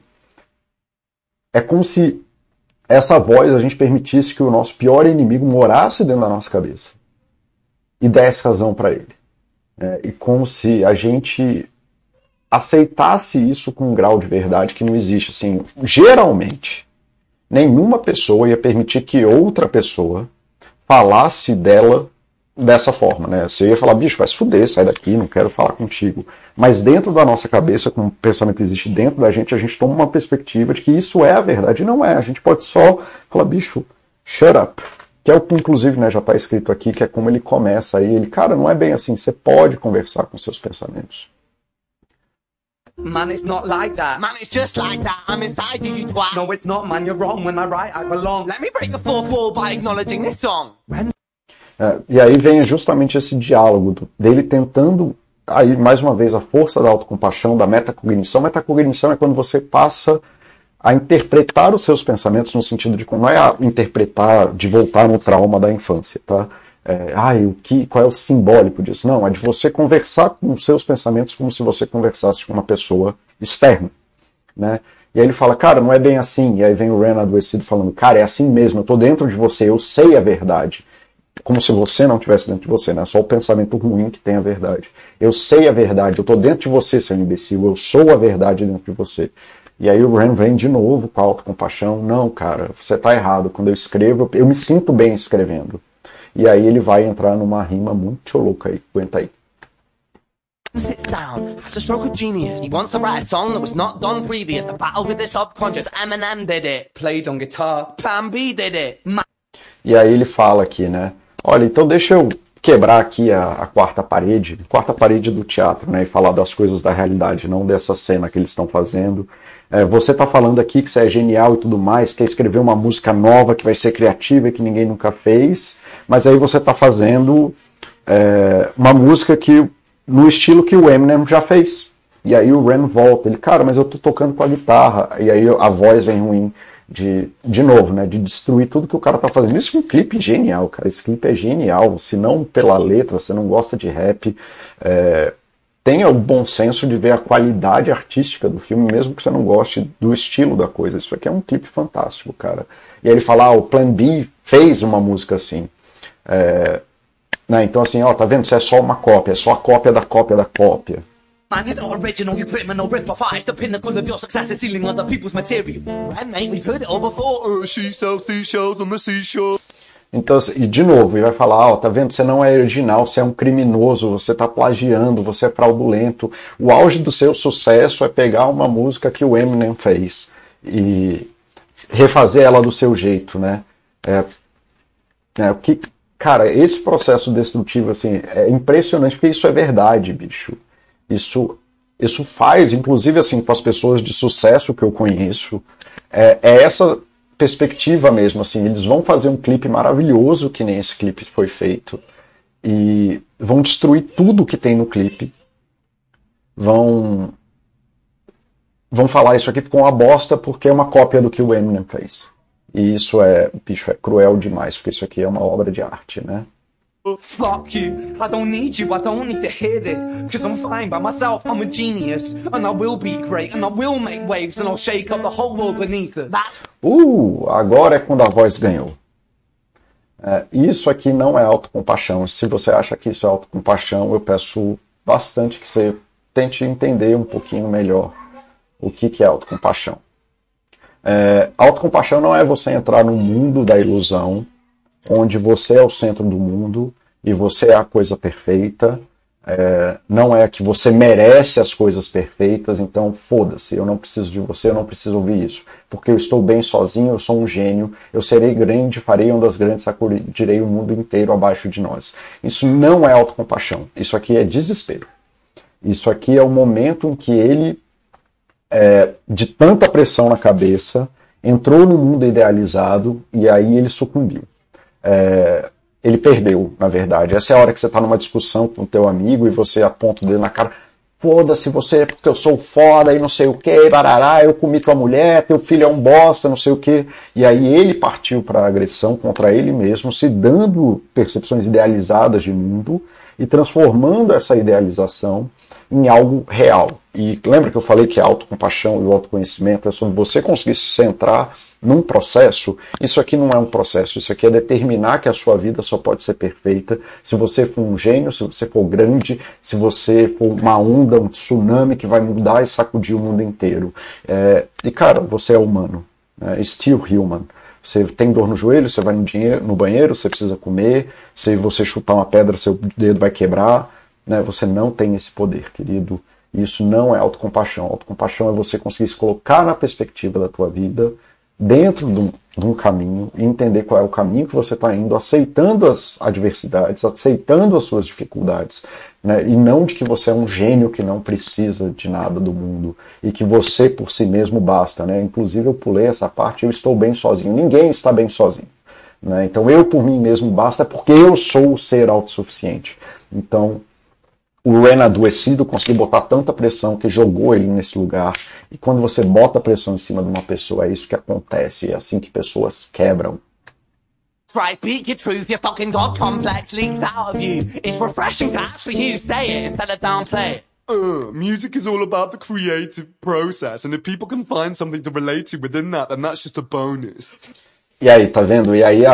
é como se essa voz a gente permitisse que o nosso pior inimigo morasse dentro da nossa cabeça e desse razão para ele. E como se a gente aceitasse isso com um grau de verdade que não existe. Assim, geralmente, nenhuma pessoa ia permitir que outra pessoa falasse dela dessa forma, né? Você ia falar, bicho, vai se fuder, sai daqui, não quero falar contigo. Mas dentro da nossa cabeça, como o pensamento existe dentro da gente, a gente toma uma perspectiva de que isso é a verdade, e não é. A gente pode só falar, bicho, shut up. Que é o que, inclusive, né, já está escrito aqui, que é como ele começa aí. Ele, cara, não é bem assim, você pode conversar com seus pensamentos. Man, it's not like that. Man, it's just like that. I'm inside you, you twat. No, it's not, man, you're wrong. When I write, I belong. Let me break the fourth wall by acknowledging this song. E aí vem justamente esse diálogo dele tentando, aí mais uma vez, a força da autocompaixão, da metacognição. Metacognição é quando você passa a interpretar os seus pensamentos no sentido de, não é a interpretar, de voltar no trauma da infância, tá? Qual é o simbólico disso? Não, é de você conversar com os seus pensamentos como se você conversasse com uma pessoa externa, né? E aí ele fala, cara, não é bem assim. E aí vem o Ren adoecido falando, cara, é assim mesmo, eu tô dentro de você, eu sei a verdade. Como se você não estivesse dentro de você, né? Só o pensamento ruim que tem a verdade. Eu sei a verdade, eu tô dentro de você, seu imbecil, eu sou a verdade dentro de você. E aí o Ren vem de novo com a autocompaixão, não, cara, você tá errado, quando eu escrevo, eu me sinto bem escrevendo. E aí ele vai entrar numa rima muito louca aí, aguenta aí. Sits down, has a stroke of genius. He wants to write a song that was not done previous. The battle with the subconscious, Eminem did it. Played on guitar. Plan B did it. E aí ele fala aqui, né? Olha, então deixa eu quebrar aqui a quarta parede do teatro, né? E falar das coisas da realidade, não dessa cena que eles estão fazendo. Você está falando aqui que você é genial e tudo mais, quer escrever uma música nova que vai ser criativa e que ninguém nunca fez, mas aí você está fazendo uma música que no estilo que o Eminem já fez. E aí o Ren volta, ele, cara, mas eu tô tocando com a guitarra. E aí a voz vem ruim de novo, né? De destruir tudo que o cara tá fazendo. Isso é um clipe genial, cara. Esse clipe é genial. Se não pela letra, você não gosta de rap, tenha o bom senso de ver a qualidade artística do filme, mesmo que você não goste do estilo da coisa. Isso aqui é um clipe fantástico, cara. E aí ele fala, o Plan B fez uma música assim. Né? Então assim, ó, tá vendo? Isso é só uma cópia, é só a cópia da cópia da cópia. Man, you're not original, you criminal rip-off. It's the pinnacle of your success is stealing other people's material. Ren, mate, we've heard it all before. She sells seashells on the seashore. Então, e de novo, ele vai falar, ó, tá vendo, você não é original, você é um criminoso, você tá plagiando, você é fraudulento. O auge do seu sucesso é pegar uma música que o Eminem fez e refazer ela do seu jeito, né? Cara, esse processo destrutivo, assim, é impressionante, porque isso é verdade, bicho. Isso faz, inclusive, assim, com as pessoas de sucesso que eu conheço, é essa perspectiva mesmo, assim, eles vão fazer um clipe maravilhoso, que nem esse clipe foi feito, e vão destruir tudo que tem no clipe, vão falar isso aqui ficou uma bosta porque é uma cópia do que o Eminem fez. E isso bicho, é cruel demais, porque isso aqui é uma obra de arte, né? Fuck you, I don't need you, I don't need to hear this. Cause I'm fine by myself, I'm a genius. And I will be great, and I will make waves, and I'll shake up the whole world beneath it. Agora é quando a voz ganhou. Isso aqui não é autocompaixão. Se você acha que isso é autocompaixão, eu peço bastante que você tente entender um pouquinho melhor o que é autocompaixão. Autocompaixão não é você entrar no mundo da ilusão, onde você é o centro do mundo e você é a coisa perfeita. Não é que você merece as coisas perfeitas, então foda-se, eu não preciso de você, eu não preciso ouvir isso, porque eu estou bem sozinho, eu sou um gênio, eu serei grande, farei ondas grandes, sacudirei o mundo inteiro abaixo de nós. Isso não é autocompaixão, isso aqui é desespero. Isso aqui é o momento em que ele, de tanta pressão na cabeça, entrou no mundo idealizado e aí ele sucumbiu. Ele perdeu, na verdade. Essa é a hora que você está numa discussão com o teu amigo e você aponta o dedo na cara, foda-se você, porque eu sou foda e não sei o que, barará, eu comi tua mulher, teu filho é um bosta, não sei o que. E aí ele partiu para a agressão contra ele mesmo, se dando percepções idealizadas de mundo e transformando essa idealização em algo real. E lembra que eu falei que a autocompaixão e o autoconhecimento é sobre você conseguir se centrar num processo? Isso aqui não é um processo, isso aqui é determinar que a sua vida só pode ser perfeita se você for um gênio, se você for grande, se você for uma onda, um tsunami que vai mudar e sacudir o mundo inteiro. E cara, você é humano, still human. Você tem dor no joelho, você vai no banheiro, você precisa comer, se você chutar uma pedra, seu dedo vai quebrar, né? Você não tem esse poder, querido. Isso não é autocompaixão. Autocompaixão é você conseguir se colocar na perspectiva da tua vida, dentro de um caminho, e entender qual é o caminho que você está indo, aceitando as adversidades, aceitando as suas dificuldades, né? E não de que você é um gênio que não precisa de nada do mundo e que você por si mesmo basta, né? Inclusive eu pulei essa parte, eu estou bem sozinho. Ninguém está bem sozinho, né? Então eu por mim mesmo basta porque eu sou o ser autossuficiente. Então o Ren adoecido conseguiu botar tanta pressão que jogou ele nesse lugar. E quando você bota pressão em cima de uma pessoa, é isso que acontece. É assim que pessoas quebram. Right, speak your truth, your fucking God complex leaks out of you. It's refreshing to ask for you, say it instead of downplay it. Music is all about the creative process, and if people can find something to relate to within that, then that's just a bonus. E aí, tá vendo? E aí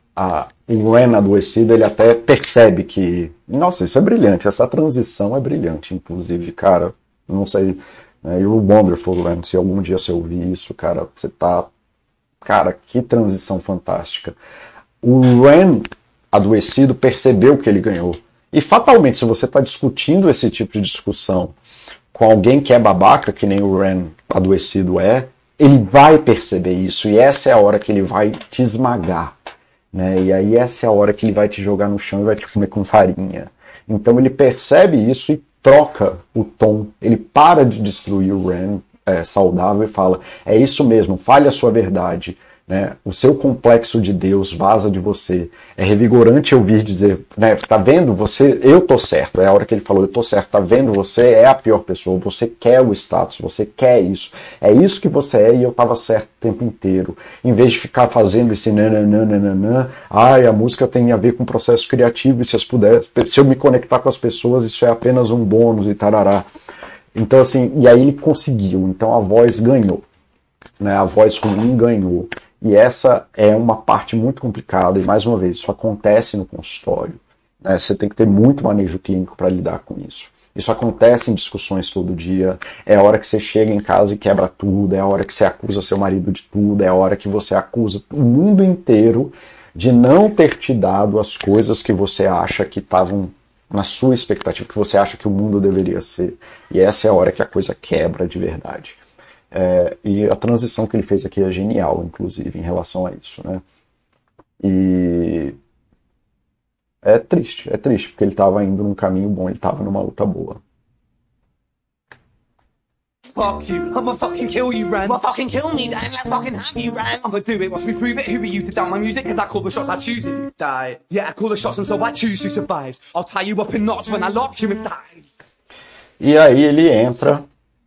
o Ren adoecido, ele até percebe que, nossa, isso é brilhante, essa transição é brilhante, inclusive, cara, não sei, You're Wonderful, Ren, se algum dia você ouvir isso, cara, você tá, cara, que transição fantástica. O Ren adoecido percebeu que ele ganhou, e fatalmente, se você está discutindo esse tipo de discussão com alguém que é babaca, que nem o Ren adoecido ele vai perceber isso, e essa é a hora que ele vai te esmagar. Né? E aí essa é a hora que ele vai te jogar no chão e vai te comer com farinha. Então ele percebe isso e troca o tom. Ele para de destruir o Ren saudável e fala, é isso mesmo, fale a sua verdade. Né? O seu complexo de Deus vaza de você. É revigorante ouvir dizer, né? Tá vendo? Eu tô certo. É a hora que ele falou, eu tô certo. Tá vendo? Você é a pior pessoa. Você quer o status. Você quer isso. É isso que você é e eu tava certo o tempo inteiro. Em vez de ficar fazendo esse nananana, a música tem a ver com processo criativo e se eu me conectar com as pessoas, isso é apenas um bônus e tarará. Então assim, e aí ele conseguiu. Então a voz ganhou. Né? A voz ruim ganhou. E essa é uma parte muito complicada, e mais uma vez, isso acontece no consultório. Né? Você tem que ter muito manejo clínico para lidar com isso. Isso acontece em discussões todo dia, é a hora que você chega em casa e quebra tudo, é a hora que você acusa seu marido de tudo, é a hora que você acusa o mundo inteiro de não ter te dado as coisas que você acha que estavam na sua expectativa, que você acha que o mundo deveria ser. E essa é a hora que a coisa quebra de verdade. E a transição que ele fez aqui é genial, inclusive, em relação a isso, né? E é triste, porque ele estava indo num caminho bom, ele estava numa luta boa. Fuck you, I'ma fucking kill you, Ren. Well, fucking kill me then, let's fucking have you, Ren. I'm gonna do it, watch me prove it. Who are you to down my music? Cause I call the shots, I choose it. You die. Yeah, I call the shots and so I choose who survives. I'll tie you up in knots when I lock you inside. E aí ele entra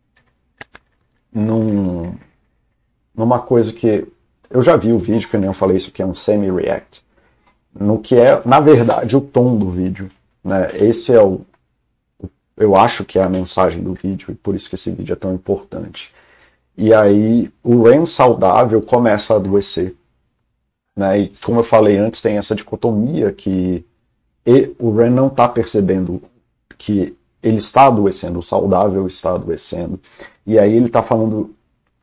numa coisa que eu já vi o vídeo, que nem eu falei, isso aqui é um semi-react, no que é, na verdade, o tom do vídeo, né? Esse é eu acho que é a mensagem do vídeo, e por isso que esse vídeo é tão importante. E aí o Ren saudável começa a adoecer, né? E como eu falei antes, tem essa dicotomia que o Ren não está percebendo que ele está adoecendo, o saudável está adoecendo. E aí ele está falando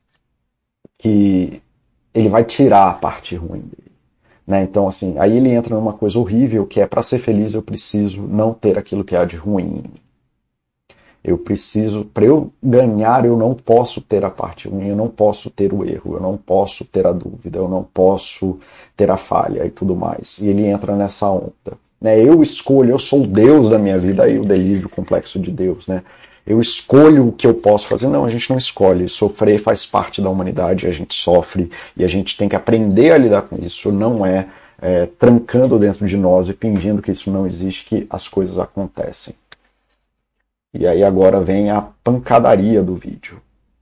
que ele vai tirar a parte ruim dele, né? Então, assim, aí ele entra numa coisa horrível, que é, para ser feliz eu preciso não ter aquilo que há de ruim em mim. Eu preciso, para eu ganhar, eu não posso ter a parte ruim, eu não posso ter o erro, eu não posso ter a dúvida, eu não posso ter a falha e tudo mais. E ele entra nessa onda, né? Eu escolho, eu sou o Deus da minha vida, aí o delírio complexo de Deus, né? Eu escolho o que eu posso fazer. Não, a gente não escolhe. Sofrer faz parte da humanidade, a gente sofre e a gente tem que aprender a lidar com isso. Não é trancando dentro de nós e fingindo que isso não existe, que as coisas acontecem. E aí agora vem a pancadaria do vídeo.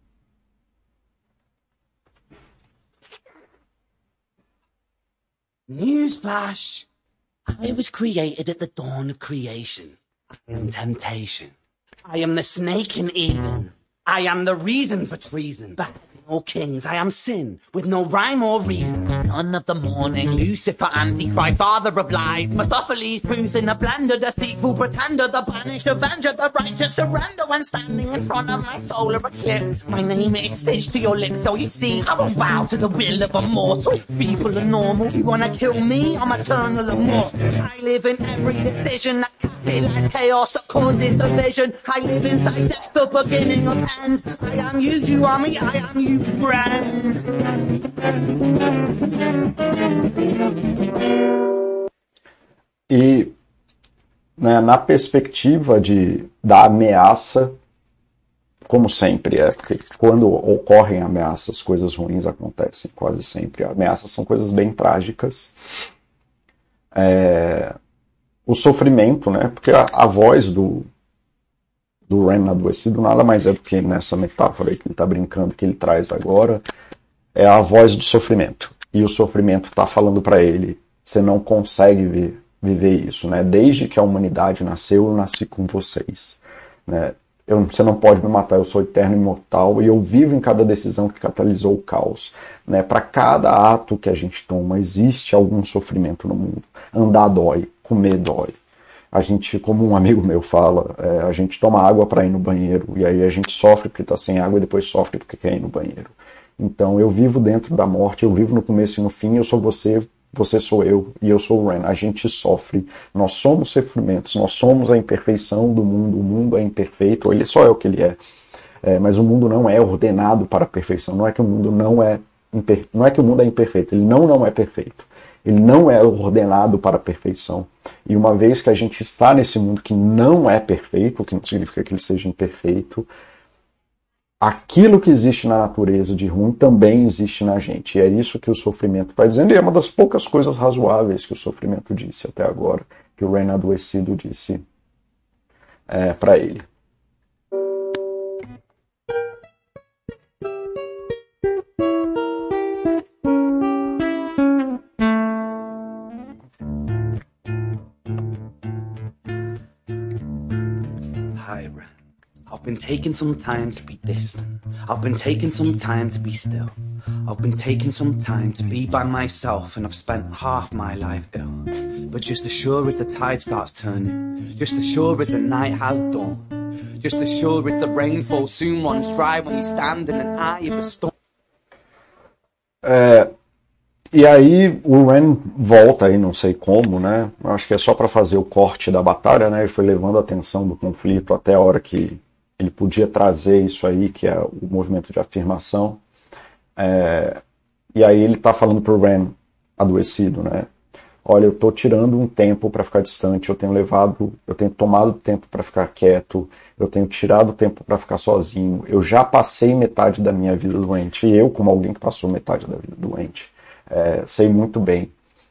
Newsflash! I was created at the dawn of creation. I am temptation. I am the snake in Eden. I am the reason for treason. Beheading all kings, I am sin, with no rhyme or reason. Son of the morning, Lucifer, Antichrist, father of lies. Mephistopheles, Booth in the blender, deceitful pretender, the banished avenger, the righteous surrender. When standing in front of my solar eclipse, my name is stitched to your lips. So you see, I won't bow to the will of a mortal. People are normal, you wanna kill me, I'm eternal immortal. I live in every decision that catalyzes chaos, that causes division. I live inside death, the beginning of end. I am you, you are me, I am you, friend. E, né, na perspectiva da ameaça, como sempre porque quando ocorrem ameaças, coisas ruins acontecem quase sempre. Ameaças são coisas bem trágicas. O sofrimento, né, porque a voz do Ren adoecido nada mais é do que nessa metáfora aí que ele está brincando, que ele traz agora, é a voz do sofrimento. E o sofrimento está falando para ele, você não consegue viver isso, né? Desde que a humanidade nasceu, eu nasci com vocês, né? Você não pode me matar, eu sou eterno e imortal e eu vivo em cada decisão que catalisou o caos, né? Para cada ato que a gente toma, existe algum sofrimento no mundo. Andar dói, comer dói. A gente, como um amigo meu fala, a gente toma água para ir no banheiro e aí a gente sofre porque está sem água e depois sofre porque quer ir no banheiro. Então eu vivo dentro da morte, eu vivo no começo e no fim, eu sou você, você sou eu e eu sou o Ren. A gente sofre, nós somos sofrimentos, nós somos a imperfeição do mundo, o mundo é imperfeito, ele só é o que ele é. Mas o mundo não é ordenado para a perfeição, não é que o mundo não é que o mundo é imperfeito, ele não é perfeito. Ele não é ordenado para a perfeição. E uma vez que a gente está nesse mundo que não é perfeito, o que não significa que ele seja imperfeito, aquilo que existe na natureza de ruim também existe na gente. E é isso que o sofrimento está dizendo, e é uma das poucas coisas razoáveis que o sofrimento disse até agora, que o Ren adoecido disse para ele. Hi, Ren. I've been taking some time to be distant. I've been taking some time to be still. I've been taking some time to be by myself, and I've spent half my life ill. But just as sure as the tide starts turning, just as sure as the night has dawned, just as sure as the rainfall soon runs dry when you stand in an eye of the storm. E aí o Ren volta aí, não sei como, né? Eu acho que é só para fazer o corte da batalha, né? Ele foi levando a atenção do conflito até a hora que ele podia trazer isso aí, que é o movimento de afirmação. E aí ele tá falando pro Ren, adoecido, né? Olha, eu tô tirando um tempo para ficar distante, eu tenho tomado tempo para ficar quieto, eu tenho tirado tempo para ficar sozinho, eu já passei metade da minha vida doente, e eu, como alguém que passou metade da vida doente, sei muito bem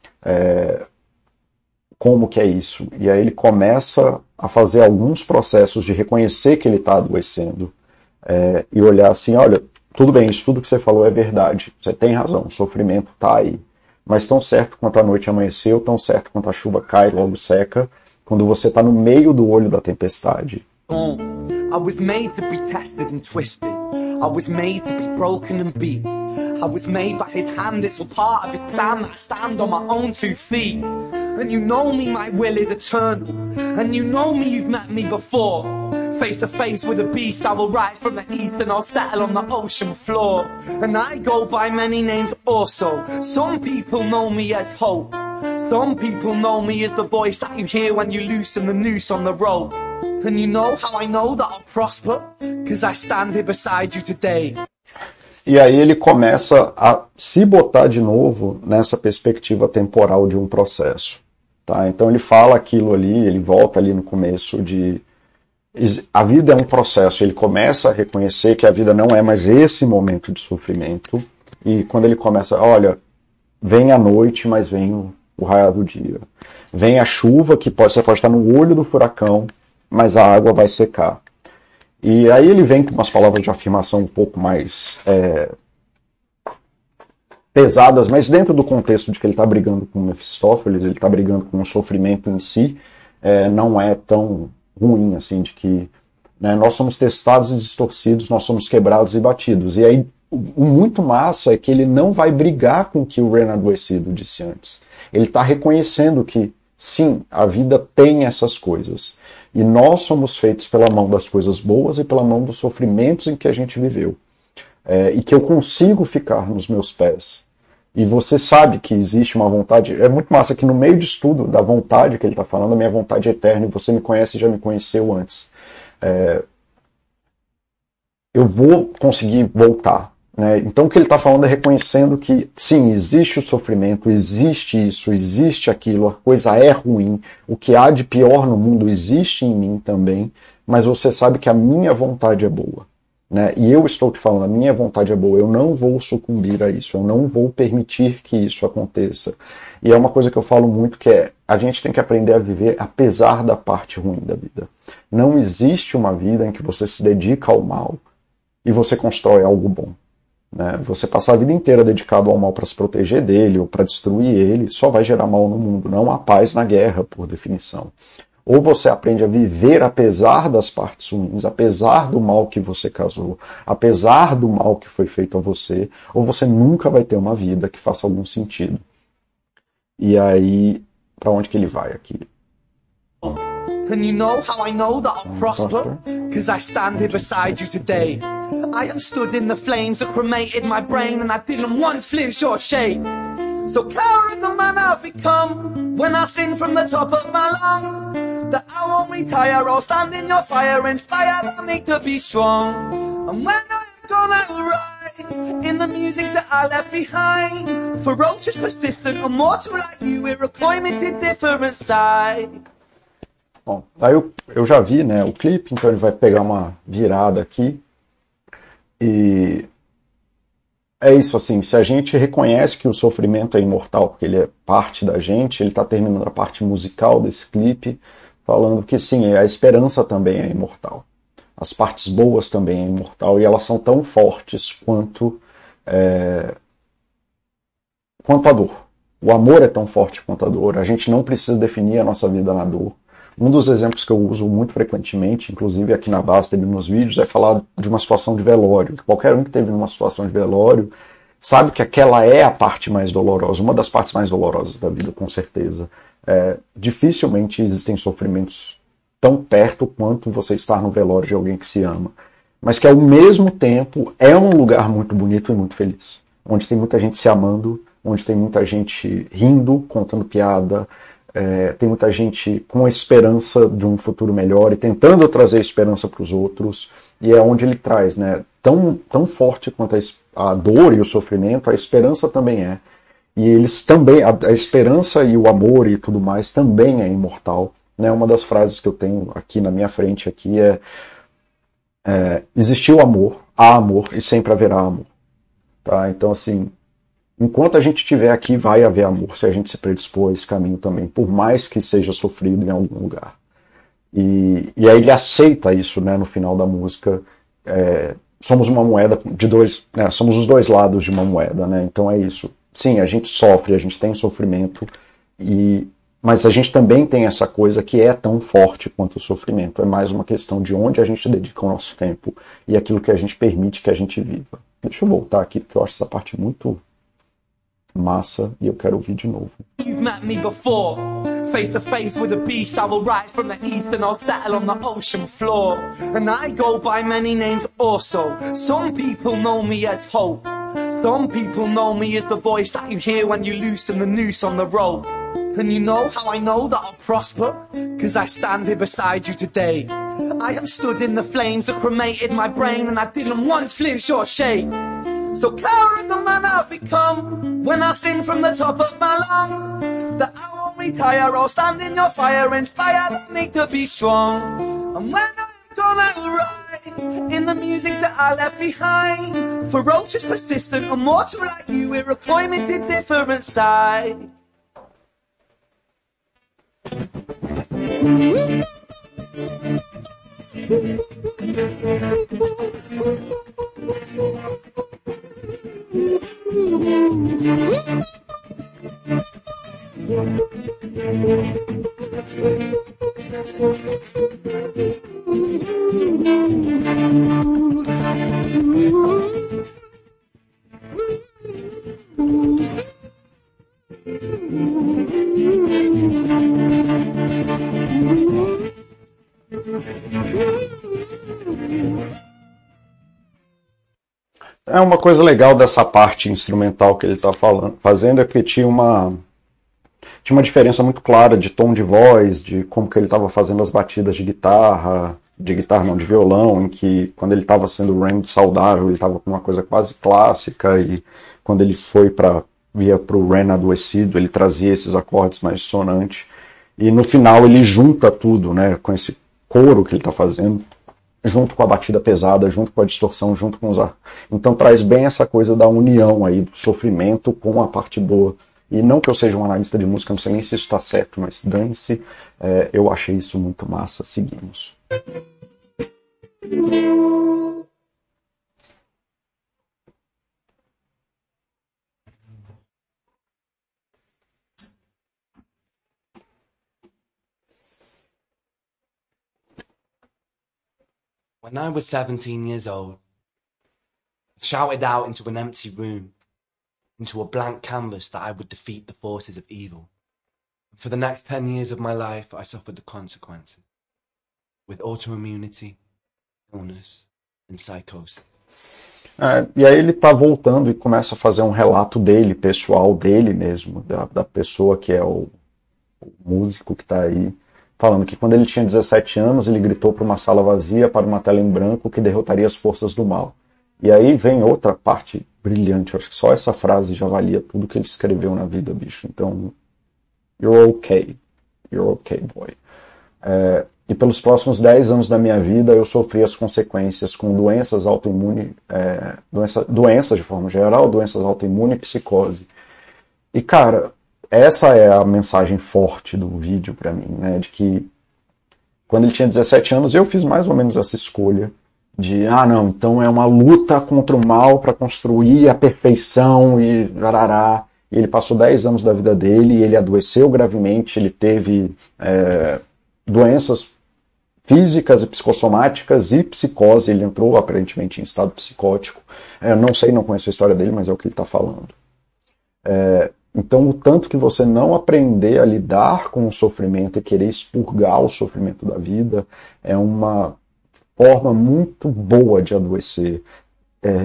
como que é isso. E aí ele começa a fazer alguns processos de reconhecer que ele está adoecendo e olhar assim, olha, tudo bem, isso tudo que você falou é verdade, você tem razão, o sofrimento está aí. Mas tão certo quanto a noite amanheceu, tão certo quanto a chuva cai e logo seca, quando você está no meio do olho da tempestade. I was made to be tested and twisted. I was made to be broken and beat. I was made by his hand, it's all part of his plan that I stand on my own 2 feet. And you know me, my will is eternal. And you know me, you've met me before. Face to face with a beast, I will rise from the east and I'll settle on the ocean floor. And I go by many names also. Some people know me as Hope. Some people know me as the voice that you hear when you loosen the noose on the rope. And you know how I know that I'll prosper? 'Cause I stand here beside you today. E aí ele começa a se botar de novo nessa perspectiva temporal de um processo. Tá? Então ele fala aquilo ali, ele volta ali no começo de... A vida é um processo, ele começa a reconhecer que a vida não é mais esse momento de sofrimento, e quando ele começa, olha, vem a noite, mas vem o raiar do dia. Vem a chuva, que você pode estar no olho do furacão, mas a água vai secar. E aí ele vem com umas palavras de afirmação um pouco mais pesadas, mas dentro do contexto de que ele está brigando com Mefistófeles, ele está brigando com o sofrimento em si, não é tão ruim, assim, de que nós somos testados e distorcidos, nós somos quebrados e batidos. E aí, o muito massa é que ele não vai brigar com o que o Ren adoecido disse antes. Ele está reconhecendo que, sim, a vida tem essas coisas. E nós somos feitos pela mão das coisas boas e pela mão dos sofrimentos em que a gente viveu. E que eu consigo ficar nos meus pés. E você sabe que existe uma vontade... É muito massa que no meio de estudo da vontade que ele está falando, a minha vontade é eterna, e você me conhece e já me conheceu antes. Eu vou conseguir voltar. Né? Então o que ele está falando é reconhecendo que, sim, existe o sofrimento, existe isso, existe aquilo, a coisa é ruim, o que há de pior no mundo existe em mim também, mas você sabe que a minha vontade é boa. Né? E eu estou te falando, a minha vontade é boa, eu não vou sucumbir a isso, eu não vou permitir que isso aconteça. E é uma coisa que eu falo muito, que é, a gente tem que aprender a viver apesar da parte ruim da vida. Não existe uma vida em que você se dedica ao mal e você constrói algo bom. Né? Você passar a vida inteira dedicado ao mal para se proteger dele ou para destruir ele, só vai gerar mal no mundo, não há paz na guerra, por definição. Ou você aprende a viver apesar das partes ruins, apesar do mal que você causou, apesar do mal que foi feito a você, ou você nunca vai ter uma vida que faça algum sentido. E aí, para onde que ele vai aqui? And you know how I know that I'll prosper? 'Cause I stand here beside you today. I am stood in the flames that cremated my brain, and I didn't once flinch or shake. So coward the man I've become, when I sing from the top of my lungs, that I won't retire, I'll stand in your fire, inspired by me to be strong. And when I'm done, I will rise in the music that I left behind. Ferocious, persistent, immortal like you, we're appointed different side. Bom, aí eu já vi, né, o clipe, então ele vai pegar uma virada aqui. E é isso, assim, se a gente reconhece que o sofrimento é imortal, porque ele é parte da gente, ele está terminando a parte musical desse clipe, falando que sim, a esperança também é imortal. As partes boas também é imortal, e elas são tão fortes quanto a dor. O amor é tão forte quanto a dor, a gente não precisa definir a nossa vida na dor. Um dos exemplos que eu uso muito frequentemente, inclusive aqui na Basta e nos vídeos, é falar de uma situação de velório. Qualquer um que teve uma situação de velório sabe que aquela é a parte mais dolorosa, uma das partes mais dolorosas da vida, com certeza. Dificilmente existem sofrimentos tão perto quanto você estar no velório de alguém que se ama. Mas que ao mesmo tempo é um lugar muito bonito e muito feliz. Onde tem muita gente se amando, onde tem muita gente rindo, contando piada, tem muita gente com a esperança de um futuro melhor e tentando trazer esperança para os outros, e é onde ele traz, né, tão forte quanto a dor e o sofrimento, a esperança também é. E eles também, a esperança e o amor e tudo mais também é imortal. Né? Uma das frases que eu tenho aqui na minha frente aqui existiu amor, há amor e sempre haverá amor. Tá? Então, assim, enquanto a gente estiver aqui, vai haver amor, se a gente se predispor a esse caminho também, por mais que seja sofrido em algum lugar. E aí ele aceita isso, né, no final da música. Somos uma moeda de dois, né, somos os dois lados de uma moeda, né? Então é isso. Sim, a gente sofre, a gente tem sofrimento, mas a gente também tem essa coisa que é tão forte quanto o sofrimento. É mais uma questão de onde a gente dedica o nosso tempo e aquilo que a gente permite que a gente viva. Deixa eu voltar aqui, porque eu acho essa parte muito massa e eu quero ouvir de novo. You've met me before, face to face with a beast. I will rise from the east and I'll settle on the ocean floor. And I go by many names also. Some people know me as Hope. Some people know me as the voice that you hear when you loosen the noose on the rope. And you know how I know that I'll prosper? 'Cause I stand here beside you today. I am stood in the flames that cremated my brain, and I didn't once flinch or shake. So coward the man I've become, when I sing from the top of my lungs, that I won't retire, I'll stand in your fire, inspired me to be strong. And when I'm gonna rise, in the music that I left behind, ferocious, persistent, immortal like you, we're a climate different side. Uma coisa legal dessa parte instrumental que ele está fazendo é que tinha uma diferença muito clara de tom de voz, de como que ele estava fazendo as batidas de guitarra não, de violão, em que quando ele estava sendo o Ren saudável, ele estava com uma coisa quase clássica, e quando ele via para o Ren adoecido, ele trazia esses acordes mais dissonantes, e no final ele junta tudo, né, com esse coro que ele está fazendo, junto com a batida pesada, junto com a distorção, junto com os ar. Então traz bem essa coisa da união aí, do sofrimento com a parte boa. E não que eu seja um analista de música, não sei nem se isso está certo, mas dane-se, eu achei isso muito massa. Seguimos. When I was 17 years old, I shouted out into an empty room, into a blank canvas, that I would defeat the forces of evil. And for the next 10 years of my life, I suffered the consequences, with autoimmunity, illness and psychosis. E aí ele tá voltando e começa a fazer um relato dele, pessoal, dele mesmo, da pessoa que é o músico que tá aí, falando que quando ele tinha 17 anos, ele gritou para uma sala vazia, para uma tela em branco, que derrotaria as forças do mal. E aí vem outra parte brilhante, eu acho que só essa frase já valia tudo que ele escreveu na vida, bicho. Então, you're okay, boy. E pelos próximos 10 anos da minha vida, eu sofri as consequências com doenças autoimunes, doenças de forma geral, doenças autoimunes e psicose. E, cara, essa é a mensagem forte do vídeo pra mim, né? De que quando ele tinha 17 anos, eu fiz mais ou menos essa escolha de, não, então é uma luta contra o mal para construir a perfeição e jarará. E ele passou 10 anos da vida dele e ele adoeceu gravemente, ele teve doenças físicas e psicossomáticas e psicose, ele entrou aparentemente em estado psicótico. Não sei, não conheço a história dele, mas é o que ele está falando. Então, o tanto que você não aprender a lidar com o sofrimento e querer expurgar o sofrimento da vida é uma forma muito boa de adoecer, de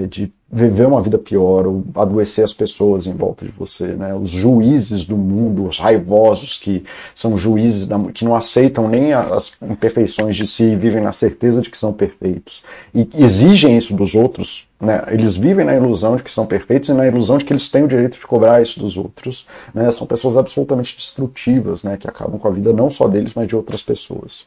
viver uma vida pior, ou adoecer as pessoas em volta de você, né? Os juízes do mundo, os raivosos que são juízes que não aceitam nem as imperfeições de si e vivem na certeza de que são perfeitos e exigem isso dos outros, né? Eles vivem na ilusão de que são perfeitos e na ilusão de que eles têm o direito de cobrar isso dos outros, né? São pessoas absolutamente destrutivas, né? Que acabam com a vida não só deles, mas de outras pessoas.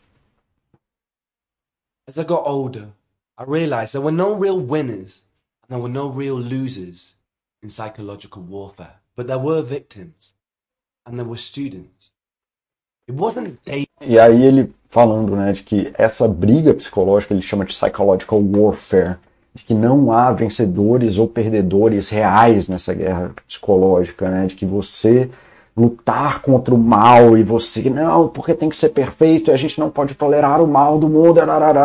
As I got older, I realized there were no real winners and there were no real losers in psychological warfare, but there were victims and there were students. It wasn't they. E aí ele falando, né, de que essa briga psicológica ele chama de psychological warfare, de que não há vencedores ou perdedores reais nessa guerra psicológica, né, de que você lutar contra o mal e você, não, porque tem que ser perfeito e a gente não pode tolerar o mal do mundo.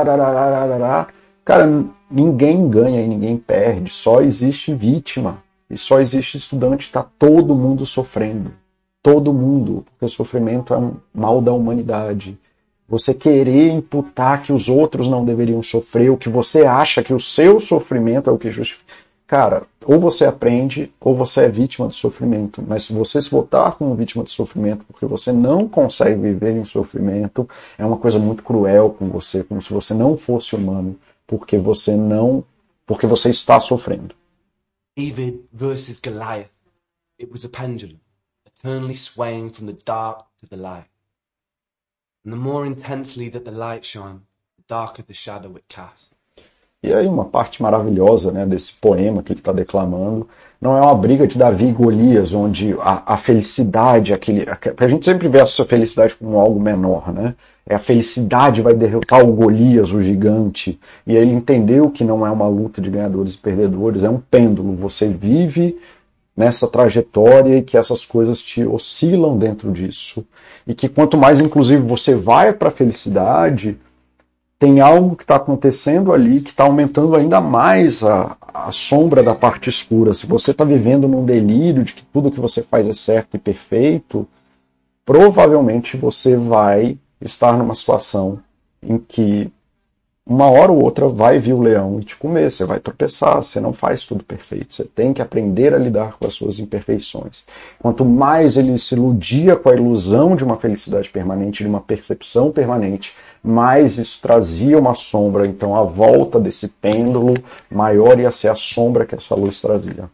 Cara, ninguém ganha e ninguém perde, só existe vítima e só existe estudante, está todo mundo sofrendo. Todo mundo, porque o sofrimento é um mal da humanidade. Você querer imputar que os outros não deveriam sofrer, o que você acha que o seu sofrimento é o que justifica. Cara, ou você aprende, ou você é vítima de sofrimento. Mas se você se botar como vítima de sofrimento porque você não consegue viver em sofrimento, é uma coisa muito cruel com você, como se você não fosse humano, porque você está sofrendo. David versus Goliath. It was a pendulum, eternally swaying from the dark to the light. And the more intensely that the light shone, the darker the shadow it cast. E aí uma parte maravilhosa, né, desse poema que ele está declamando, não é uma briga de Davi e Golias, onde a felicidade, a gente sempre vê essa felicidade como algo menor, né? A felicidade vai derrotar o Golias, o gigante, e aí ele entendeu que não é uma luta de ganhadores e perdedores, é um pêndulo, você vive nessa trajetória e que essas coisas te oscilam dentro disso, e que quanto mais, inclusive, você vai para a felicidade, tem algo que está acontecendo ali que está aumentando ainda mais a sombra da parte escura. Se você está vivendo num delírio de que tudo que você faz é certo e perfeito, provavelmente você vai estar numa situação em que uma hora ou outra vai vir o leão e te comer, você vai tropeçar, você não faz tudo perfeito, você tem que aprender a lidar com as suas imperfeições. Quanto mais ele se iludia com a ilusão de uma felicidade permanente, de uma percepção permanente, mais isso trazia uma sombra, então a volta desse pêndulo maior ia ser a sombra que essa luz trazia.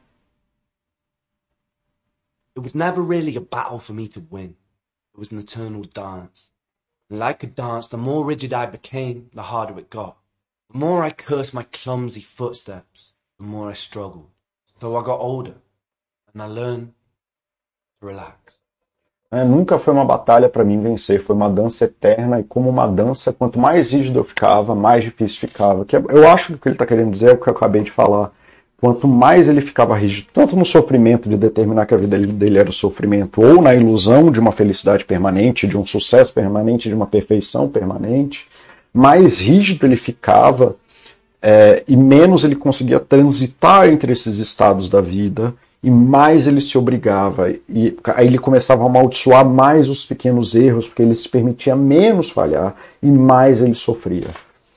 It was never really a battle for me to win. It was an eternal dance. And like a dance, the more rigid I became, the harder it got. The more I cursed my clumsy footsteps, the more I struggled. So I got older, and I learned to relax. Nunca foi uma batalha para mim vencer, foi uma dança eterna, e como uma dança, quanto mais rígido eu ficava, mais difícil ficava. Eu acho que o que ele está querendo dizer é o que eu acabei de falar. Quanto mais ele ficava rígido, tanto no sofrimento de determinar que a vida dele era o sofrimento, ou na ilusão de uma felicidade permanente, de um sucesso permanente, de uma perfeição permanente, mais rígido ele ficava e menos ele conseguia transitar entre esses estados da vida, e mais ele se obrigava. E aí ele começava a amaldiçoar mais os pequenos erros, porque ele se permitia menos falhar, e mais ele sofria.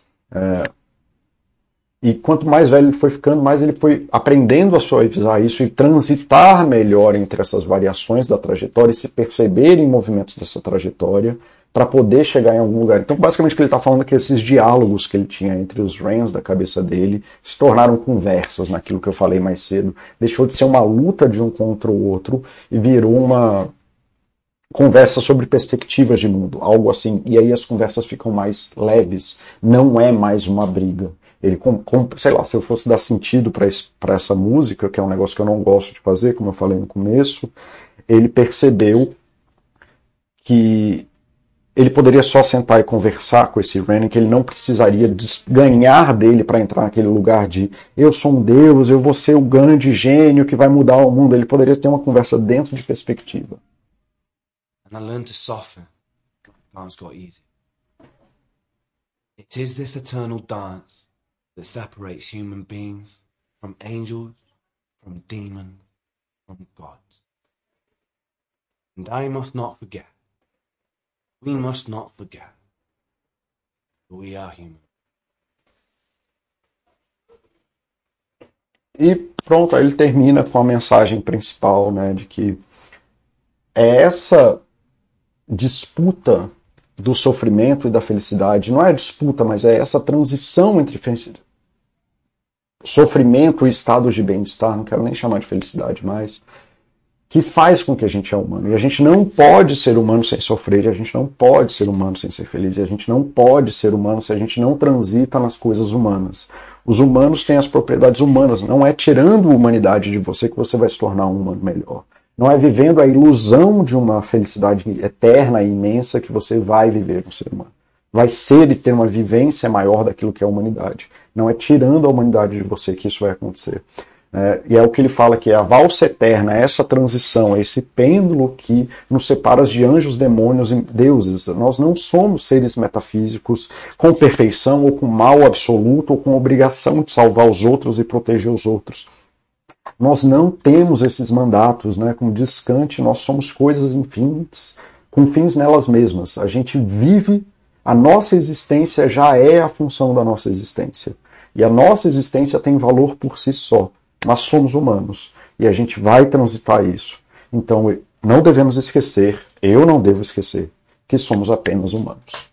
E quanto mais velho ele foi ficando, mais ele foi aprendendo a suavizar isso e transitar melhor entre essas variações da trajetória e se perceber em movimentos dessa trajetória para poder chegar em algum lugar. Então, basicamente, o que ele está falando é que esses diálogos que ele tinha entre os Rens da cabeça dele se tornaram conversas, naquilo que eu falei mais cedo. Deixou de ser uma luta de um contra o outro e virou uma conversa sobre perspectivas de mundo, algo assim. E aí as conversas ficam mais leves, não é mais uma briga. Ele, sei lá, se eu fosse dar sentido para essa música, que é um negócio que eu não gosto de fazer, como eu falei no começo, ele percebeu que ele poderia só sentar e conversar com esse Renan, que ele não precisaria ganhar dele para entrar naquele lugar de eu sou um deus, eu vou ser o grande gênio que vai mudar o mundo. Ele poderia ter uma conversa dentro de perspectiva. And I learned to soften. Dance got easy. It is this eternal dance that separates human beings from angels, from demons, from gods. And I must not forget, we must not forget that we are human. E pronto, aí ele termina com a mensagem principal, né, de que é essa disputa do sofrimento e da felicidade, não é disputa, mas é essa transição entre sofrimento e estados de bem-estar, não quero nem chamar de felicidade mais, que faz com que a gente é humano. E a gente não pode ser humano sem sofrer, e a gente não pode ser humano sem ser feliz, e a gente não pode ser humano se a gente não transita nas coisas humanas. Os humanos têm as propriedades humanas, não é tirando a humanidade de você que você vai se tornar um humano melhor. Não é vivendo a ilusão de uma felicidade eterna e imensa que você vai viver no ser humano. Vai ser e ter uma vivência maior daquilo que é a humanidade. Não é tirando a humanidade de você que isso vai acontecer. E é o que ele fala que é a valsa eterna, essa transição, esse pêndulo que nos separa de anjos, demônios e deuses. Nós não somos seres metafísicos com perfeição ou com mal absoluto ou com obrigação de salvar os outros e proteger os outros. Nós não temos esses mandatos, né? Como diz Kant, nós somos coisas infinitas, com fins nelas mesmas. A gente vive, a nossa existência já é a função da nossa existência. E a nossa existência tem valor por si só. Nós somos humanos e a gente vai transitar isso. Então não devemos esquecer, eu não devo esquecer, que somos apenas humanos.